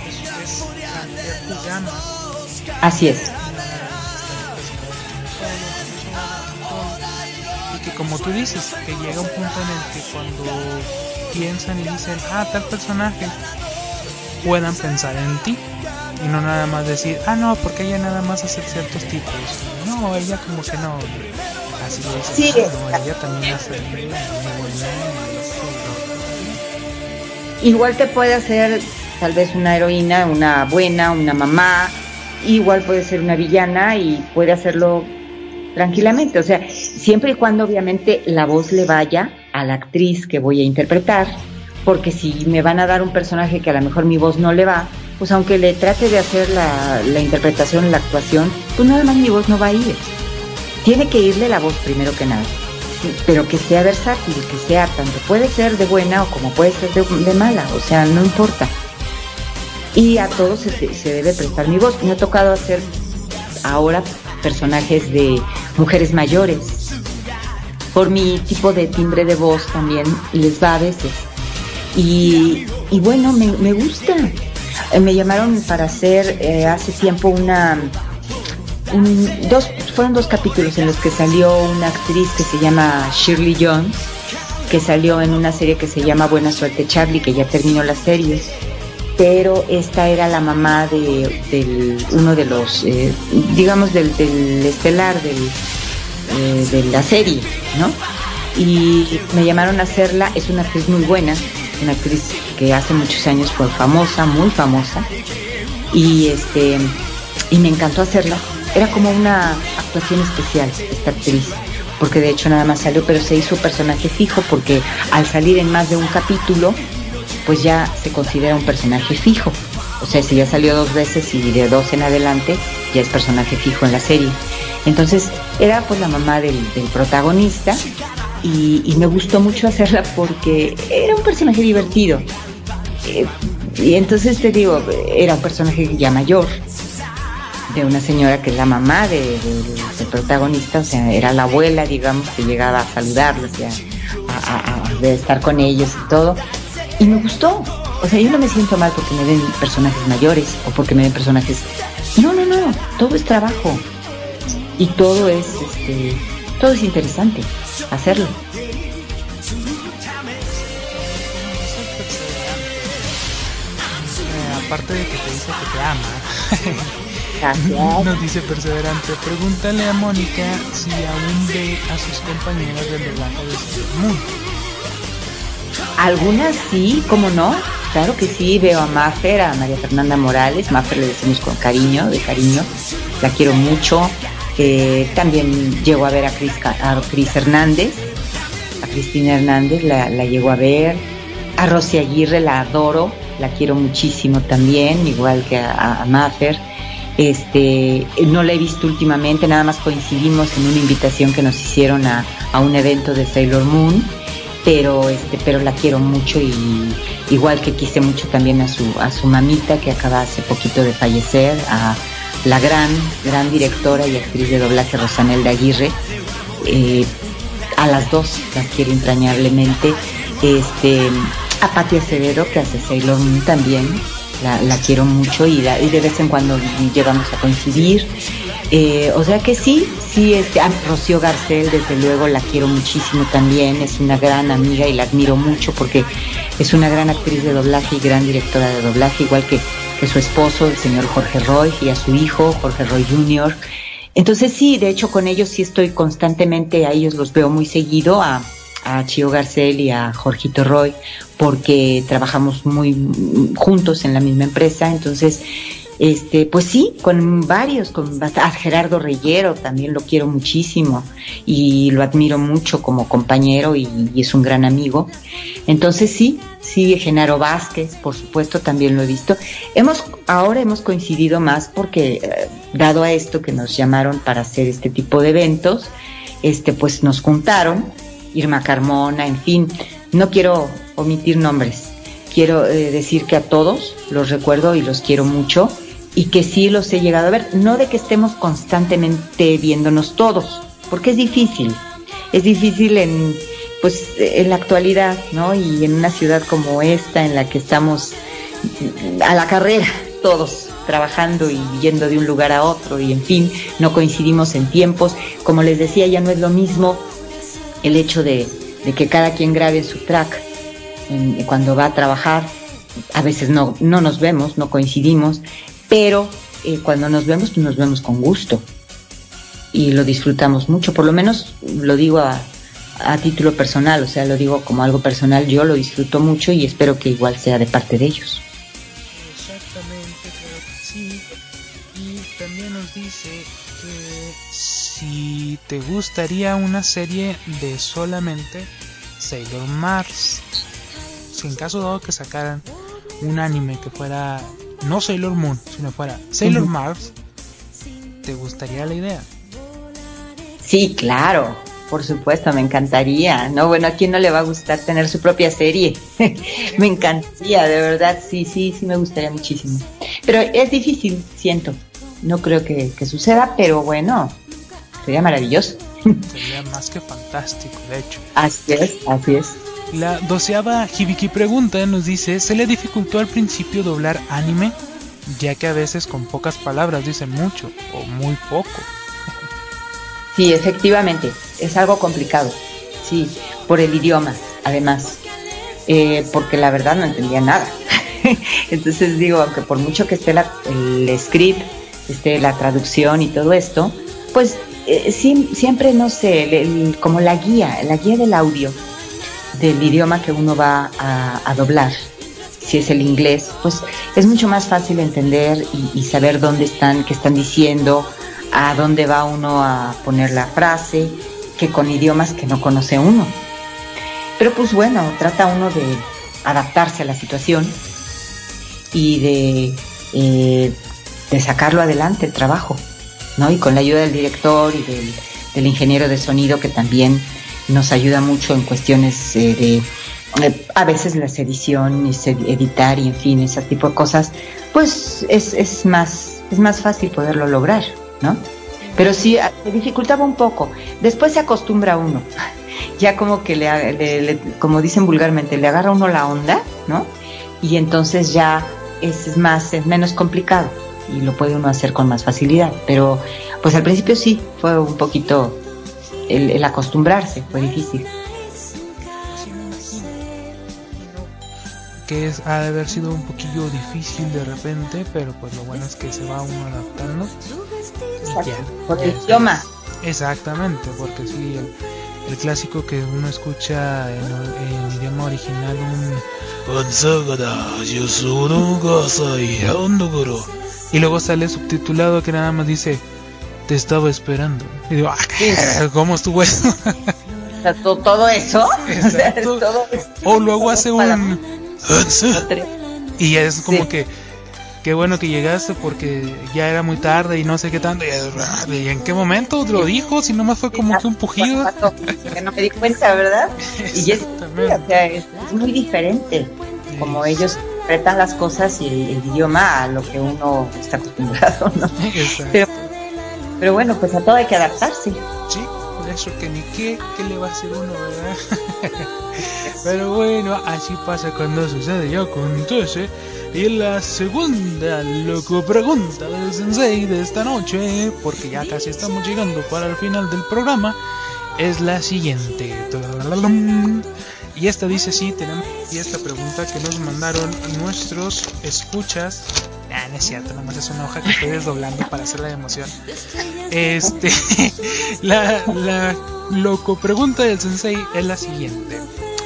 Así es. Y que como tú dices, que llega un punto en el que cuando piensan y dicen, tal personaje, puedan pensar en ti y no nada más decir, no, porque ella nada más hace ciertos tipos. No, ella como que no. Así lo dice. Sí, no, ella también hace igual te puede hacer tal vez una heroína, una buena, una mamá, igual puede ser una villana y puede hacerlo tranquilamente, o sea, siempre y cuando obviamente la voz le vaya a la actriz que voy a interpretar, porque si me van a dar un personaje que a lo mejor mi voz no le va, pues aunque le trate de hacer la interpretación, la actuación, pues nada más mi voz no va a ir. Tiene que irle la voz primero que nada, pero que sea versátil, que sea tanto puede ser de buena o como puede ser de mala, o sea, no importa. Y a todos se debe prestar mi voz. Me ha tocado hacer ahora personajes de mujeres mayores. Por mi tipo de timbre de voz también les va a veces. Y bueno, me gusta. Me llamaron para hacer hace tiempo fueron 2 capítulos en los que salió una actriz que se llama Shirley Jones, que salió en una serie que se llama Buena Suerte Charlie, que ya terminó la serie. Pero esta era la mamá de uno de los, digamos, del estelar de la serie, ¿no? Y me llamaron a hacerla. Es una actriz muy buena, una actriz que hace muchos años fue famosa, muy famosa, y me encantó hacerla. Era como una actuación especial esta actriz, porque de hecho nada más salió, pero se hizo personaje fijo, porque al salir en más de un capítulo, pues ya se considera un personaje fijo. O sea, si ya salió 2 veces y de 2 en adelante, ya es personaje fijo en la serie. Entonces, era pues la mamá del protagonista, y me gustó mucho hacerla porque era un personaje divertido. Y entonces te digo, era un personaje ya mayor, de una señora que es la mamá del protagonista, o sea, era la abuela, digamos, que llegaba a saludarlos y a estar con ellos y todo. Y me gustó. O sea, yo no me siento mal porque me den personajes mayores o porque me den personajes... No, todo es trabajo. Y todo es interesante hacerlo. Aparte de que te dice que te ama, nos dice perseverante, pregúntale a Mónica si aún ve a sus compañeras del doblaje de Sailor Moon. Algunas sí, ¿cómo no? Claro que sí, veo a Maffer, a María Fernanda Morales. Maffer le decimos con cariño, la quiero mucho. También llego a ver a Cris Hernández, a Cristina Hernández, la llego a ver. A Rosy Aguirre la adoro, la quiero muchísimo también, igual que a Maffer. No la he visto últimamente, nada más coincidimos en una invitación que nos hicieron a un evento de Sailor Moon, pero la quiero mucho, y igual que quise mucho también a su mamita, que acaba hace poquito de fallecer, a la gran directora y actriz de doblaje Rosanelda Aguirre. A las dos las quiero entrañablemente. A Pati Acevedo, que hace Sailor Moon también, la quiero mucho, y de vez en cuando llegamos a coincidir. O sea que sí, Rocío Garcel, desde luego la quiero muchísimo también, es una gran amiga y la admiro mucho porque es una gran actriz de doblaje y gran directora de doblaje, igual que su esposo, el señor Jorge Roy, y a su hijo, Jorge Roy Jr. Entonces sí, de hecho con ellos sí estoy constantemente, a ellos los veo muy seguido, a Chío Garcel y a Jorgito Roy, porque trabajamos muy juntos en la misma empresa. Entonces pues sí, con varios, a Gerardo Reyero también lo quiero muchísimo y lo admiro mucho como compañero y es un gran amigo. Entonces sí, Genaro Vázquez, por supuesto, también lo he visto. Ahora hemos coincidido más porque, dado a esto que nos llamaron para hacer este tipo de eventos, pues nos juntaron, Irma Carmona, en fin, no quiero omitir nombres. Quiero decir que a todos los recuerdo y los quiero mucho y que sí los he llegado a ver, no de que estemos constantemente viéndonos todos, porque es difícil en la actualidad, ¿no? Y en una ciudad como esta en la que estamos a la carrera todos, trabajando y yendo de un lugar a otro y en fin, no coincidimos en tiempos. Como les decía, ya no es lo mismo el hecho de que cada quien grabe su track cuando va a trabajar. A veces no nos vemos, no coincidimos, pero cuando nos vemos, pues nos vemos con gusto y lo disfrutamos mucho. Por lo menos lo digo a título personal, o sea, lo digo como algo personal. Yo lo disfruto mucho y espero que igual sea de parte de ellos. Exactamente, creo que sí. Y también nos dice que si te gustaría una serie de solamente Sailor Mars, si en caso dado que sacaran un anime que fuera no Sailor Moon, sino fuera Sailor Mars, ¿te gustaría la idea? Sí, claro, por supuesto, me encantaría, ¿no? Bueno, ¿a quién no le va a gustar tener su propia serie? Me encantaría, de verdad, sí me gustaría muchísimo. Pero es difícil, siento. No creo que suceda, pero bueno, sería maravilloso. Sería más que fantástico, de hecho. Así es. La 12ª Hibiki pregunta nos dice: ¿se le dificultó al principio doblar anime? Ya que a veces con pocas palabras dicen mucho o muy poco. Sí, efectivamente, es algo complicado. Sí, por el idioma, además. Porque la verdad no entendía nada. Entonces digo, aunque por mucho que esté el script, la traducción y todo esto, pues siempre, no sé, como la guía del audio del idioma que uno va a doblar, si es el inglés, pues es mucho más fácil entender y saber dónde están, qué están diciendo, a dónde va uno a poner la frase, que con idiomas que no conoce uno. Pero pues bueno, trata uno de adaptarse a la situación y de sacarlo adelante el trabajo, ¿no? Y con la ayuda del director y del ingeniero de sonido, que también nos ayuda mucho en cuestiones de a veces las ediciones, editar y en fin, ese tipo de cosas, pues es más fácil poderlo lograr, ¿no? Pero sí, se dificultaba un poco. Después se acostumbra uno, ya como que como dicen vulgarmente, le agarra uno la onda, ¿no? Y entonces ya es menos complicado y lo puede uno hacer con más facilidad. Pero pues al principio sí, fue un poquito el acostumbrarse, fue difícil. Que ha de haber sido un poquillo difícil de repente, pero pues lo bueno es que se va uno adaptando. Por el idioma. Exactamente, porque sí, el clásico que uno escucha en idioma original, y luego sale subtitulado que nada más dice: te estaba esperando. Y digo, ¿cómo estuvo eso? Todo eso. Exacto. O luego hace un y es como que qué bueno que llegaste porque ya era muy tarde y no sé qué tanto. ¿Y en qué momento lo dijo? Si nomás fue como que un pujido. Que no me di cuenta, ¿verdad? Y es muy diferente como ellos interpretan las cosas y el idioma a lo que uno está acostumbrado, ¿no? Pero bueno, pues a todo hay que adaptarse. Sí, eso que ni qué le va a hacer uno, ¿verdad? Pero bueno, así pasa cuando sucede y acontece. Y la segunda loco pregunta del sensei de esta noche, porque ya casi estamos llegando para el final del programa, es la siguiente. Y esta dice así, tenemos aquí esta pregunta que nos mandaron nuestros escuchas. No es cierto, nomás es una hoja que estoy desdoblando para hacer la emoción. La loco pregunta del sensei es la siguiente.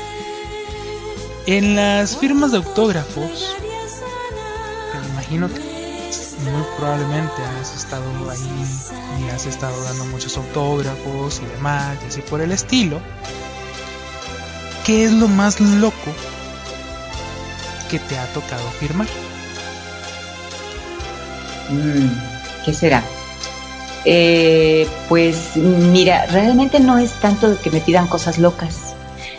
En las firmas de autógrafos, que me imagino que muy probablemente has estado ahí y has estado dando muchos autógrafos y demás, y así por el estilo, ¿qué es lo más loco que te ha tocado firmar? ¿Qué será? Pues mira, realmente no es tanto de que me pidan cosas locas.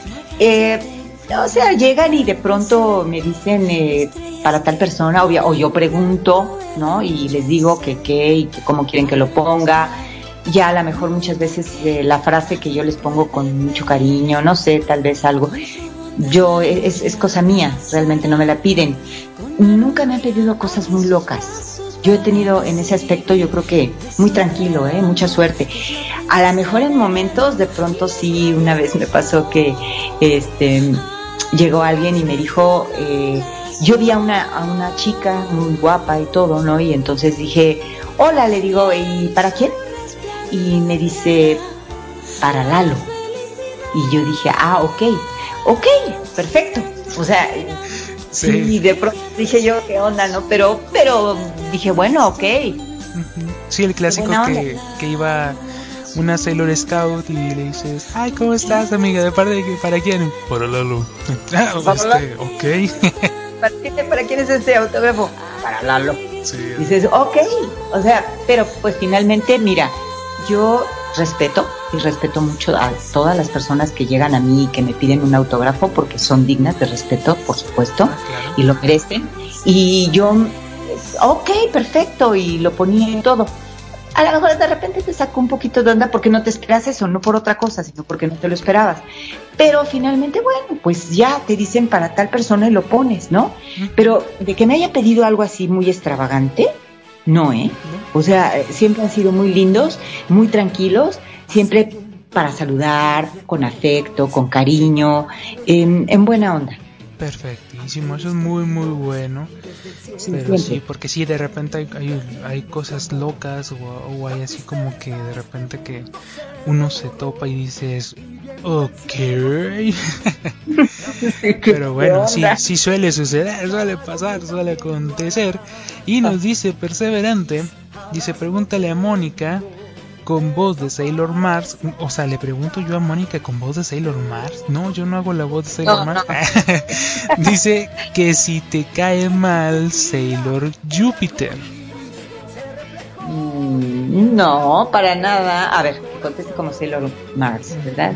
O sea, llegan y de pronto me dicen para tal persona, o yo pregunto, ¿no? Y les digo que qué y que cómo quieren que lo ponga. Ya a lo mejor muchas veces la frase que yo les pongo con mucho cariño, no sé, tal vez algo. Es cosa mía, realmente no me la piden. Nunca me han pedido cosas muy locas. Yo he tenido en ese aspecto, yo creo que muy tranquilo, mucha suerte. A lo mejor en momentos, de pronto sí, una vez me pasó que llegó alguien y me dijo, yo vi a una chica muy guapa y todo, ¿no? Y entonces dije, hola, le digo, ¿y para quién? Y me dice, para Lalo. Y yo dije, ok, perfecto. O sea, sí, de pronto dije yo, ¿qué onda, no? Pero dije, bueno, ok. Sí, el clásico que iba una Sailor Scout y le dices, ay, ¿cómo estás, amiga? ¿De parte de para quién? Para Lalo. Ok. ¿Para quién es este autógrafo? Para Lalo. Sí. Dices, ok. O sea, pero pues finalmente, mira, yo respeto mucho a todas las personas que llegan a mí y que me piden un autógrafo porque son dignas de respeto, por supuesto, claro. Y lo merecen. Y yo, ok, perfecto, y lo ponía en todo. A lo mejor de repente te sacó un poquito de onda porque no te esperas eso, no por otra cosa, sino porque no te lo esperabas. Pero finalmente, bueno, pues ya te dicen para tal persona y lo pones, ¿no? Pero de que me haya pedido algo así muy extravagante, no, O sea, siempre han sido muy lindos, muy tranquilos, siempre para saludar, con afecto, con cariño, en buena onda. Perfectísimo, eso es muy muy bueno. Sí, pero siempre. Sí, porque sí, de repente hay cosas locas o hay así como que de repente que uno se topa y dices, ok. Pero bueno, sí suele suceder, suele pasar, suele acontecer. Y nos dice Perseverante, dice, pregúntale a Mónica con voz de Sailor Mars. O sea, le pregunto yo a Mónica con voz de Sailor Mars. No, yo no hago la voz de Sailor Mars. No. Dice que si te cae mal Sailor Júpiter. No, para nada. A ver, conteste como Sailor Mars, ¿verdad?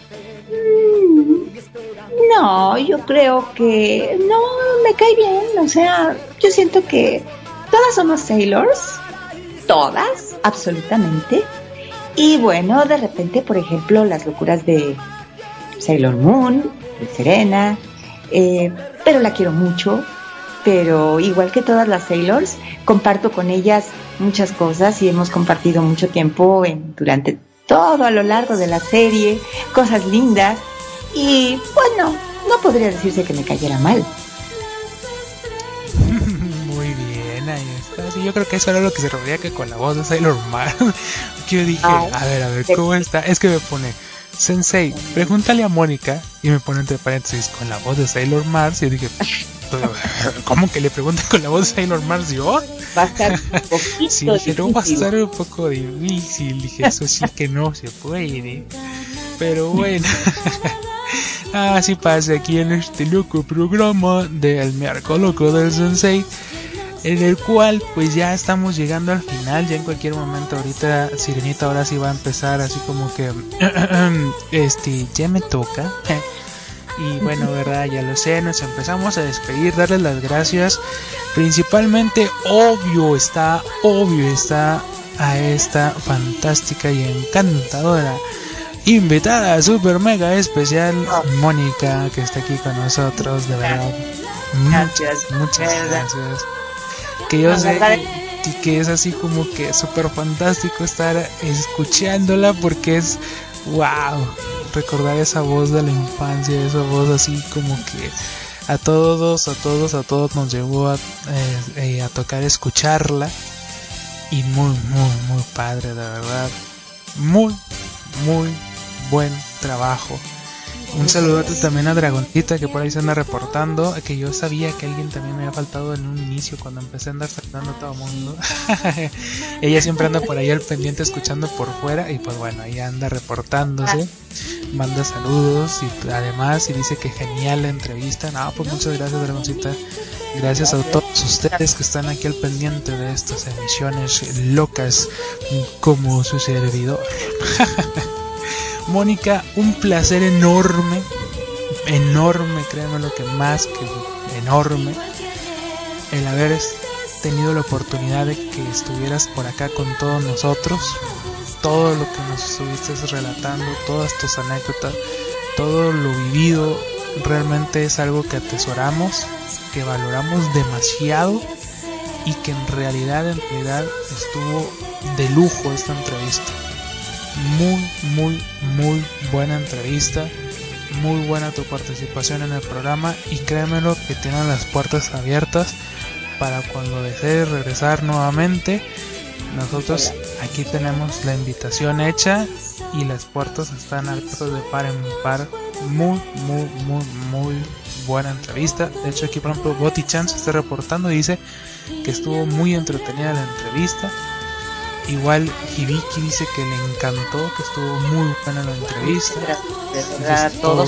No, yo creo que no, me cae bien. O sea, yo siento que todas somos Sailors. Todas, absolutamente. Y bueno, de repente, por ejemplo, las locuras de Sailor Moon, de Serena, pero la quiero mucho, pero igual que todas las Sailors, comparto con ellas muchas cosas y hemos compartido mucho tiempo durante todo a lo largo de la serie, cosas lindas, y bueno, no podría decirse que me cayera mal. Muy bien, ahí está. Sí, yo creo que eso era lo que se refería que con la voz de Sailor Mars. Yo dije, a ver, ¿cómo está? Es que me pone, Sensei, pregúntale a Mónica, y me pone entre paréntesis con la voz de Sailor Mars, y dije, ¿cómo que le preguntan con la voz de Sailor Mars? Yo va a estar un poquito sí, dije, no, va a estar un poco difícil. Dije, eso sí que no se puede. Pero bueno, así pasa aquí en este loco programa del miércoles loco del Sensei, en el cual pues ya estamos llegando al final. Ya en cualquier momento ahorita Sirenita ahora sí va a empezar así como que ya me toca. Y bueno, verdad, ya lo sé, nos empezamos a despedir, darles las gracias. Principalmente, obvio está a esta fantástica y encantadora invitada super mega especial, Mónica, que está aquí con nosotros, de verdad. Muchas gracias. Que yo sé que es así como que súper fantástico estar escuchándola, porque es wow, recordar esa voz de la infancia, esa voz así como que a todos nos llevó a tocar escucharla, y muy padre, de verdad, muy buen trabajo. Un saludote también a Dragoncita, que por ahí se anda reportando, que yo sabía que alguien también me había faltado en un inicio cuando empecé a andar saludando a todo el mundo. Ella siempre anda por ahí al pendiente escuchando por fuera, y pues bueno, ella anda reportándose, manda saludos y además y dice que genial la entrevista. No, pues muchas gracias, Dragoncita. Gracias a todos ustedes que están aquí al pendiente de estas emisiones locas como su servidor. Mónica, un placer enorme, créeme lo que más que enorme, el haber tenido la oportunidad de que estuvieras por acá con todos nosotros, todo lo que nos estuviste relatando, todas tus anécdotas, todo lo vivido, realmente es algo que atesoramos, que valoramos demasiado, y que en realidad estuvo de lujo esta entrevista. Muy buena entrevista, muy buena tu participación en el programa, y créemelo que tienen las puertas abiertas para cuando desees regresar nuevamente. Nosotros aquí tenemos la invitación hecha y las puertas están abiertas de par en par. Muy buena entrevista. De hecho, aquí por ejemplo Boti Chan se está reportando y dice que estuvo muy entretenida la entrevista. Igual Hibiki dice que le encantó, que estuvo muy buena la entrevista. De verdad, todos.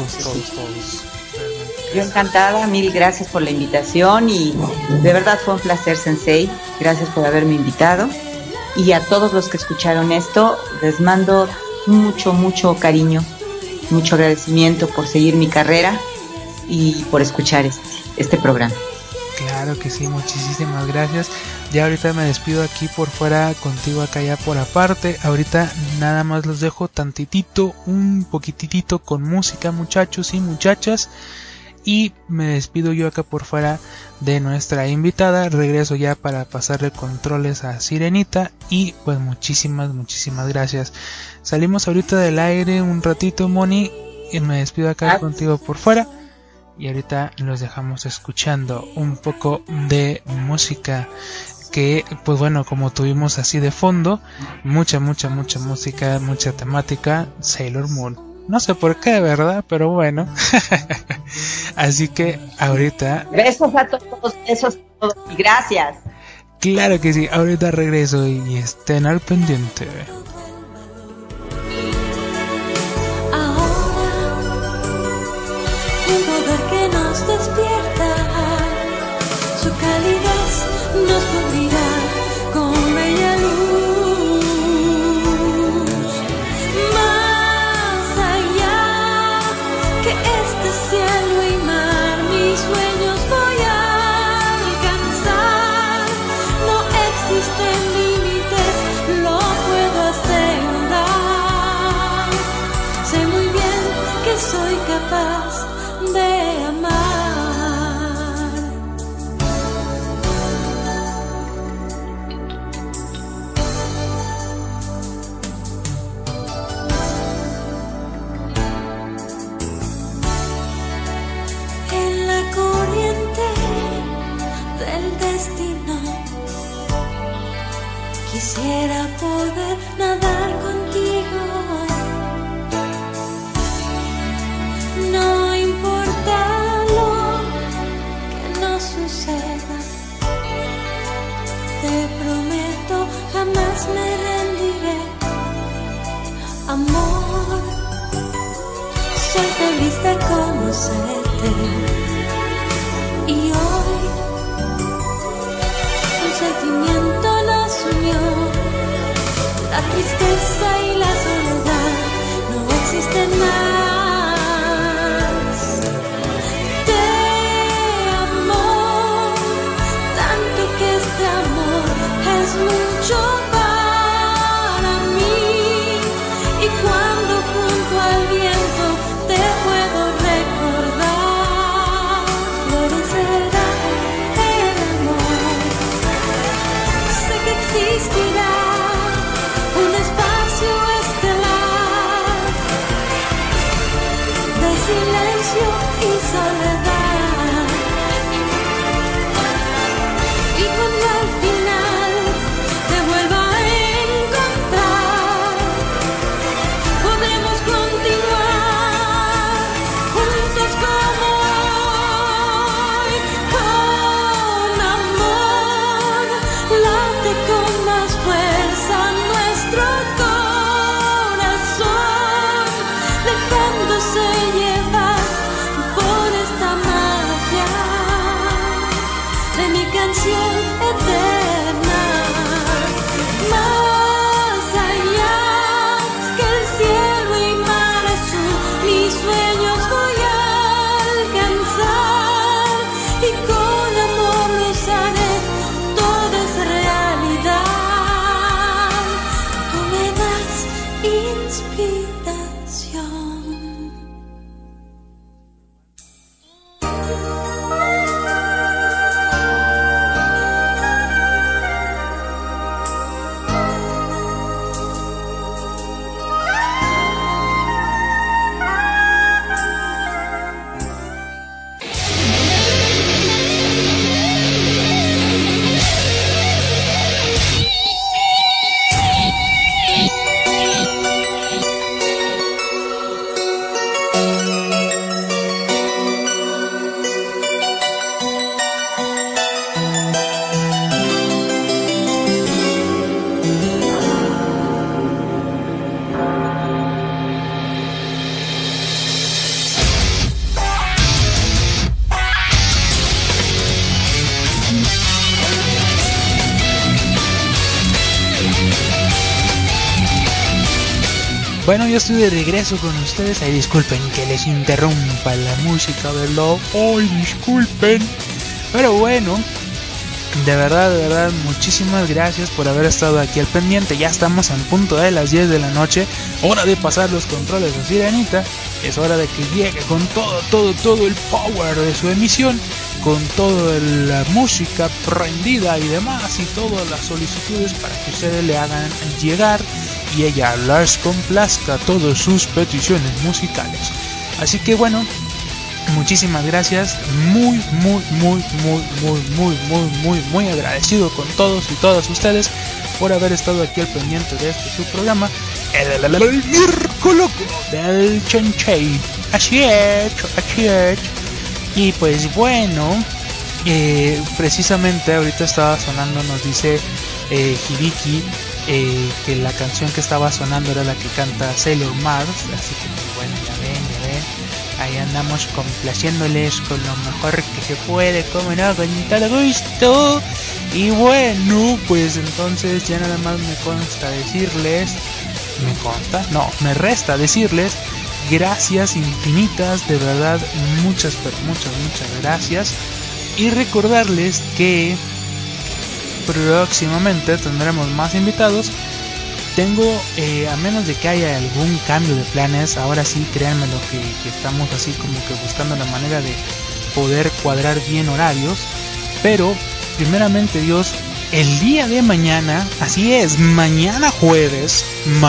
Yo encantada, mil gracias por la invitación, y de verdad fue un placer, Sensei. Gracias por haberme invitado, y a todos los que escucharon esto les mando mucho cariño, mucho agradecimiento por seguir mi carrera y por escuchar este programa. Claro que sí, muchísimas gracias. Ya ahorita me despido aquí por fuera contigo, acá ya por aparte. Ahorita nada más los dejo un poquitito con música, muchachos y muchachas, y me despido yo acá por fuera de nuestra invitada. Regreso ya para pasarle controles a Sirenita, y pues muchísimas gracias. Salimos ahorita del aire un ratito, Moni, y me despido acá contigo por fuera. Y ahorita los dejamos escuchando un poco de música, que pues bueno, como tuvimos así de fondo, mucha música, mucha temática, Sailor Moon. No sé por qué, ¿verdad? Pero bueno. Así que ahorita... Besos a todos, y gracias. Claro que sí, ahorita regreso y estén al pendiente. Que nos despierta, su calidez nos cubrirá con bella luz. Más allá que este cielo y mar, mis sueños voy a alcanzar. No existen límites, lo puedo asegurar. Sé muy bien que soy capaz de amar. En la corriente del destino quisiera poder nadar contigo. No importa lo que nos suceda, te prometo jamás me rendiré. Amor, soy tan lista como serte, y hoy un sentimiento nos unió. La tristeza y la soledad no existen más. Mucho para mí, y cuando juntos silencio y soledad. Y cuando al final te vuelva a encontrar, podremos continuar juntos como hoy. Con amor late con más fuerza nuestro corazón, dejándose llevar por esta magia de mi canción eterna. Más allá que el cielo y mar azul, mis sueños voy a alcanzar, y con amor los haré, todo es realidad. Tú me das inspiración. Bueno, yo estoy de regreso con ustedes. Ay, disculpen que les interrumpa la música, ¿verdad? Ay, disculpen. Pero bueno, de verdad, muchísimas gracias por haber estado aquí al pendiente. Ya estamos en punto de las 10 de la noche. Hora de pasar los controles a Sirenita. Es hora de que llegue con todo el power de su emisión, con toda la música prendida y demás, y todas las solicitudes para que ustedes le hagan llegar y ella las complazca todas sus peticiones musicales. Así que bueno, muchísimas gracias, muy agradecido con todos y todas ustedes por haber estado aquí al pendiente de este su programa, el miércoles del Chenchei. Así es. Y pues bueno, precisamente ahorita estaba sonando, nos dice Hibiki, que la canción que estaba sonando era la que canta Sailor Mars, así que bueno, ya ven, ahí andamos complaciéndoles con lo mejor que se puede, como no, con todo gusto. Y bueno, pues entonces ya nada más me resta decirles gracias infinitas, de verdad, muchas gracias, y recordarles que próximamente tendremos más invitados. Tengo, a menos de que haya algún cambio de planes, ahora sí, créanme lo que estamos así como que buscando la manera de poder cuadrar bien horarios, pero primeramente Dios, el día de mañana, así es, mañana jueves,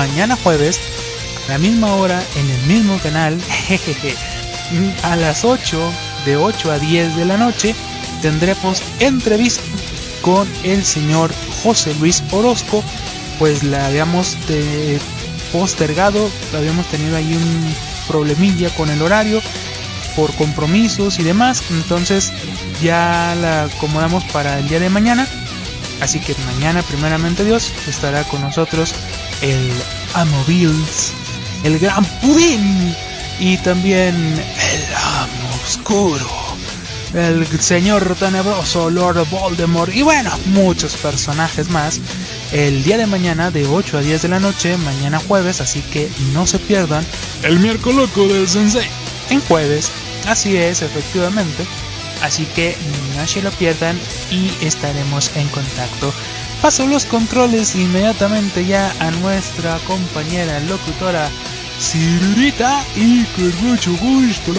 a la misma hora, en el mismo canal, a las 8, de 8 a 10 de la noche, tendremos entrevista con el señor José Luis Orozco. Pues la habíamos postergado, habíamos tenido ahí un problemilla con el horario por compromisos y demás, entonces ya la acomodamos para el día de mañana. Así que mañana, primeramente Dios, estará con nosotros el Amobils, el Gran Pudín, y también el Amo Oscuro, el señor tenebroso, Lord Voldemort, y bueno, muchos personajes más, el día de mañana de 8 a 10 de la noche, mañana jueves, así que no se pierdan el miércoles loco del Sensei en jueves, así es, efectivamente, así que no se lo pierdan y estaremos en contacto. Paso los controles inmediatamente ya a nuestra compañera locutora Sirenita, y con mucho gusto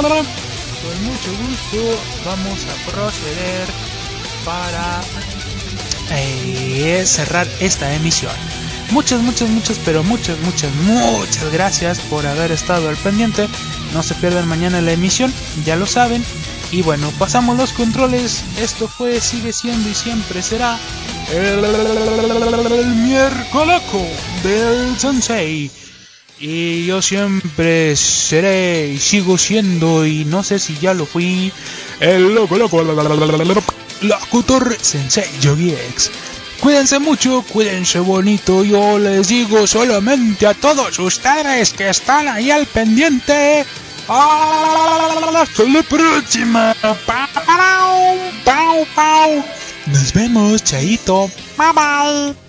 vamos a proceder para cerrar esta emisión. muchas, pero muchas gracias por haber estado al pendiente. No se pierdan mañana la emisión, ya lo saben. Y bueno, pasamos los controles. Esto fue, sigue siendo y siempre será el miércoles del Sensei. Y yo siempre seré y sigo siendo, y no sé si ya lo fui, el locutor Sensei Yogi X. Cuídense mucho, cuídense bonito. Yo les digo solamente a todos ustedes que están ahí al pendiente. Hasta la próxima. Nos vemos, chaito. Bye bye.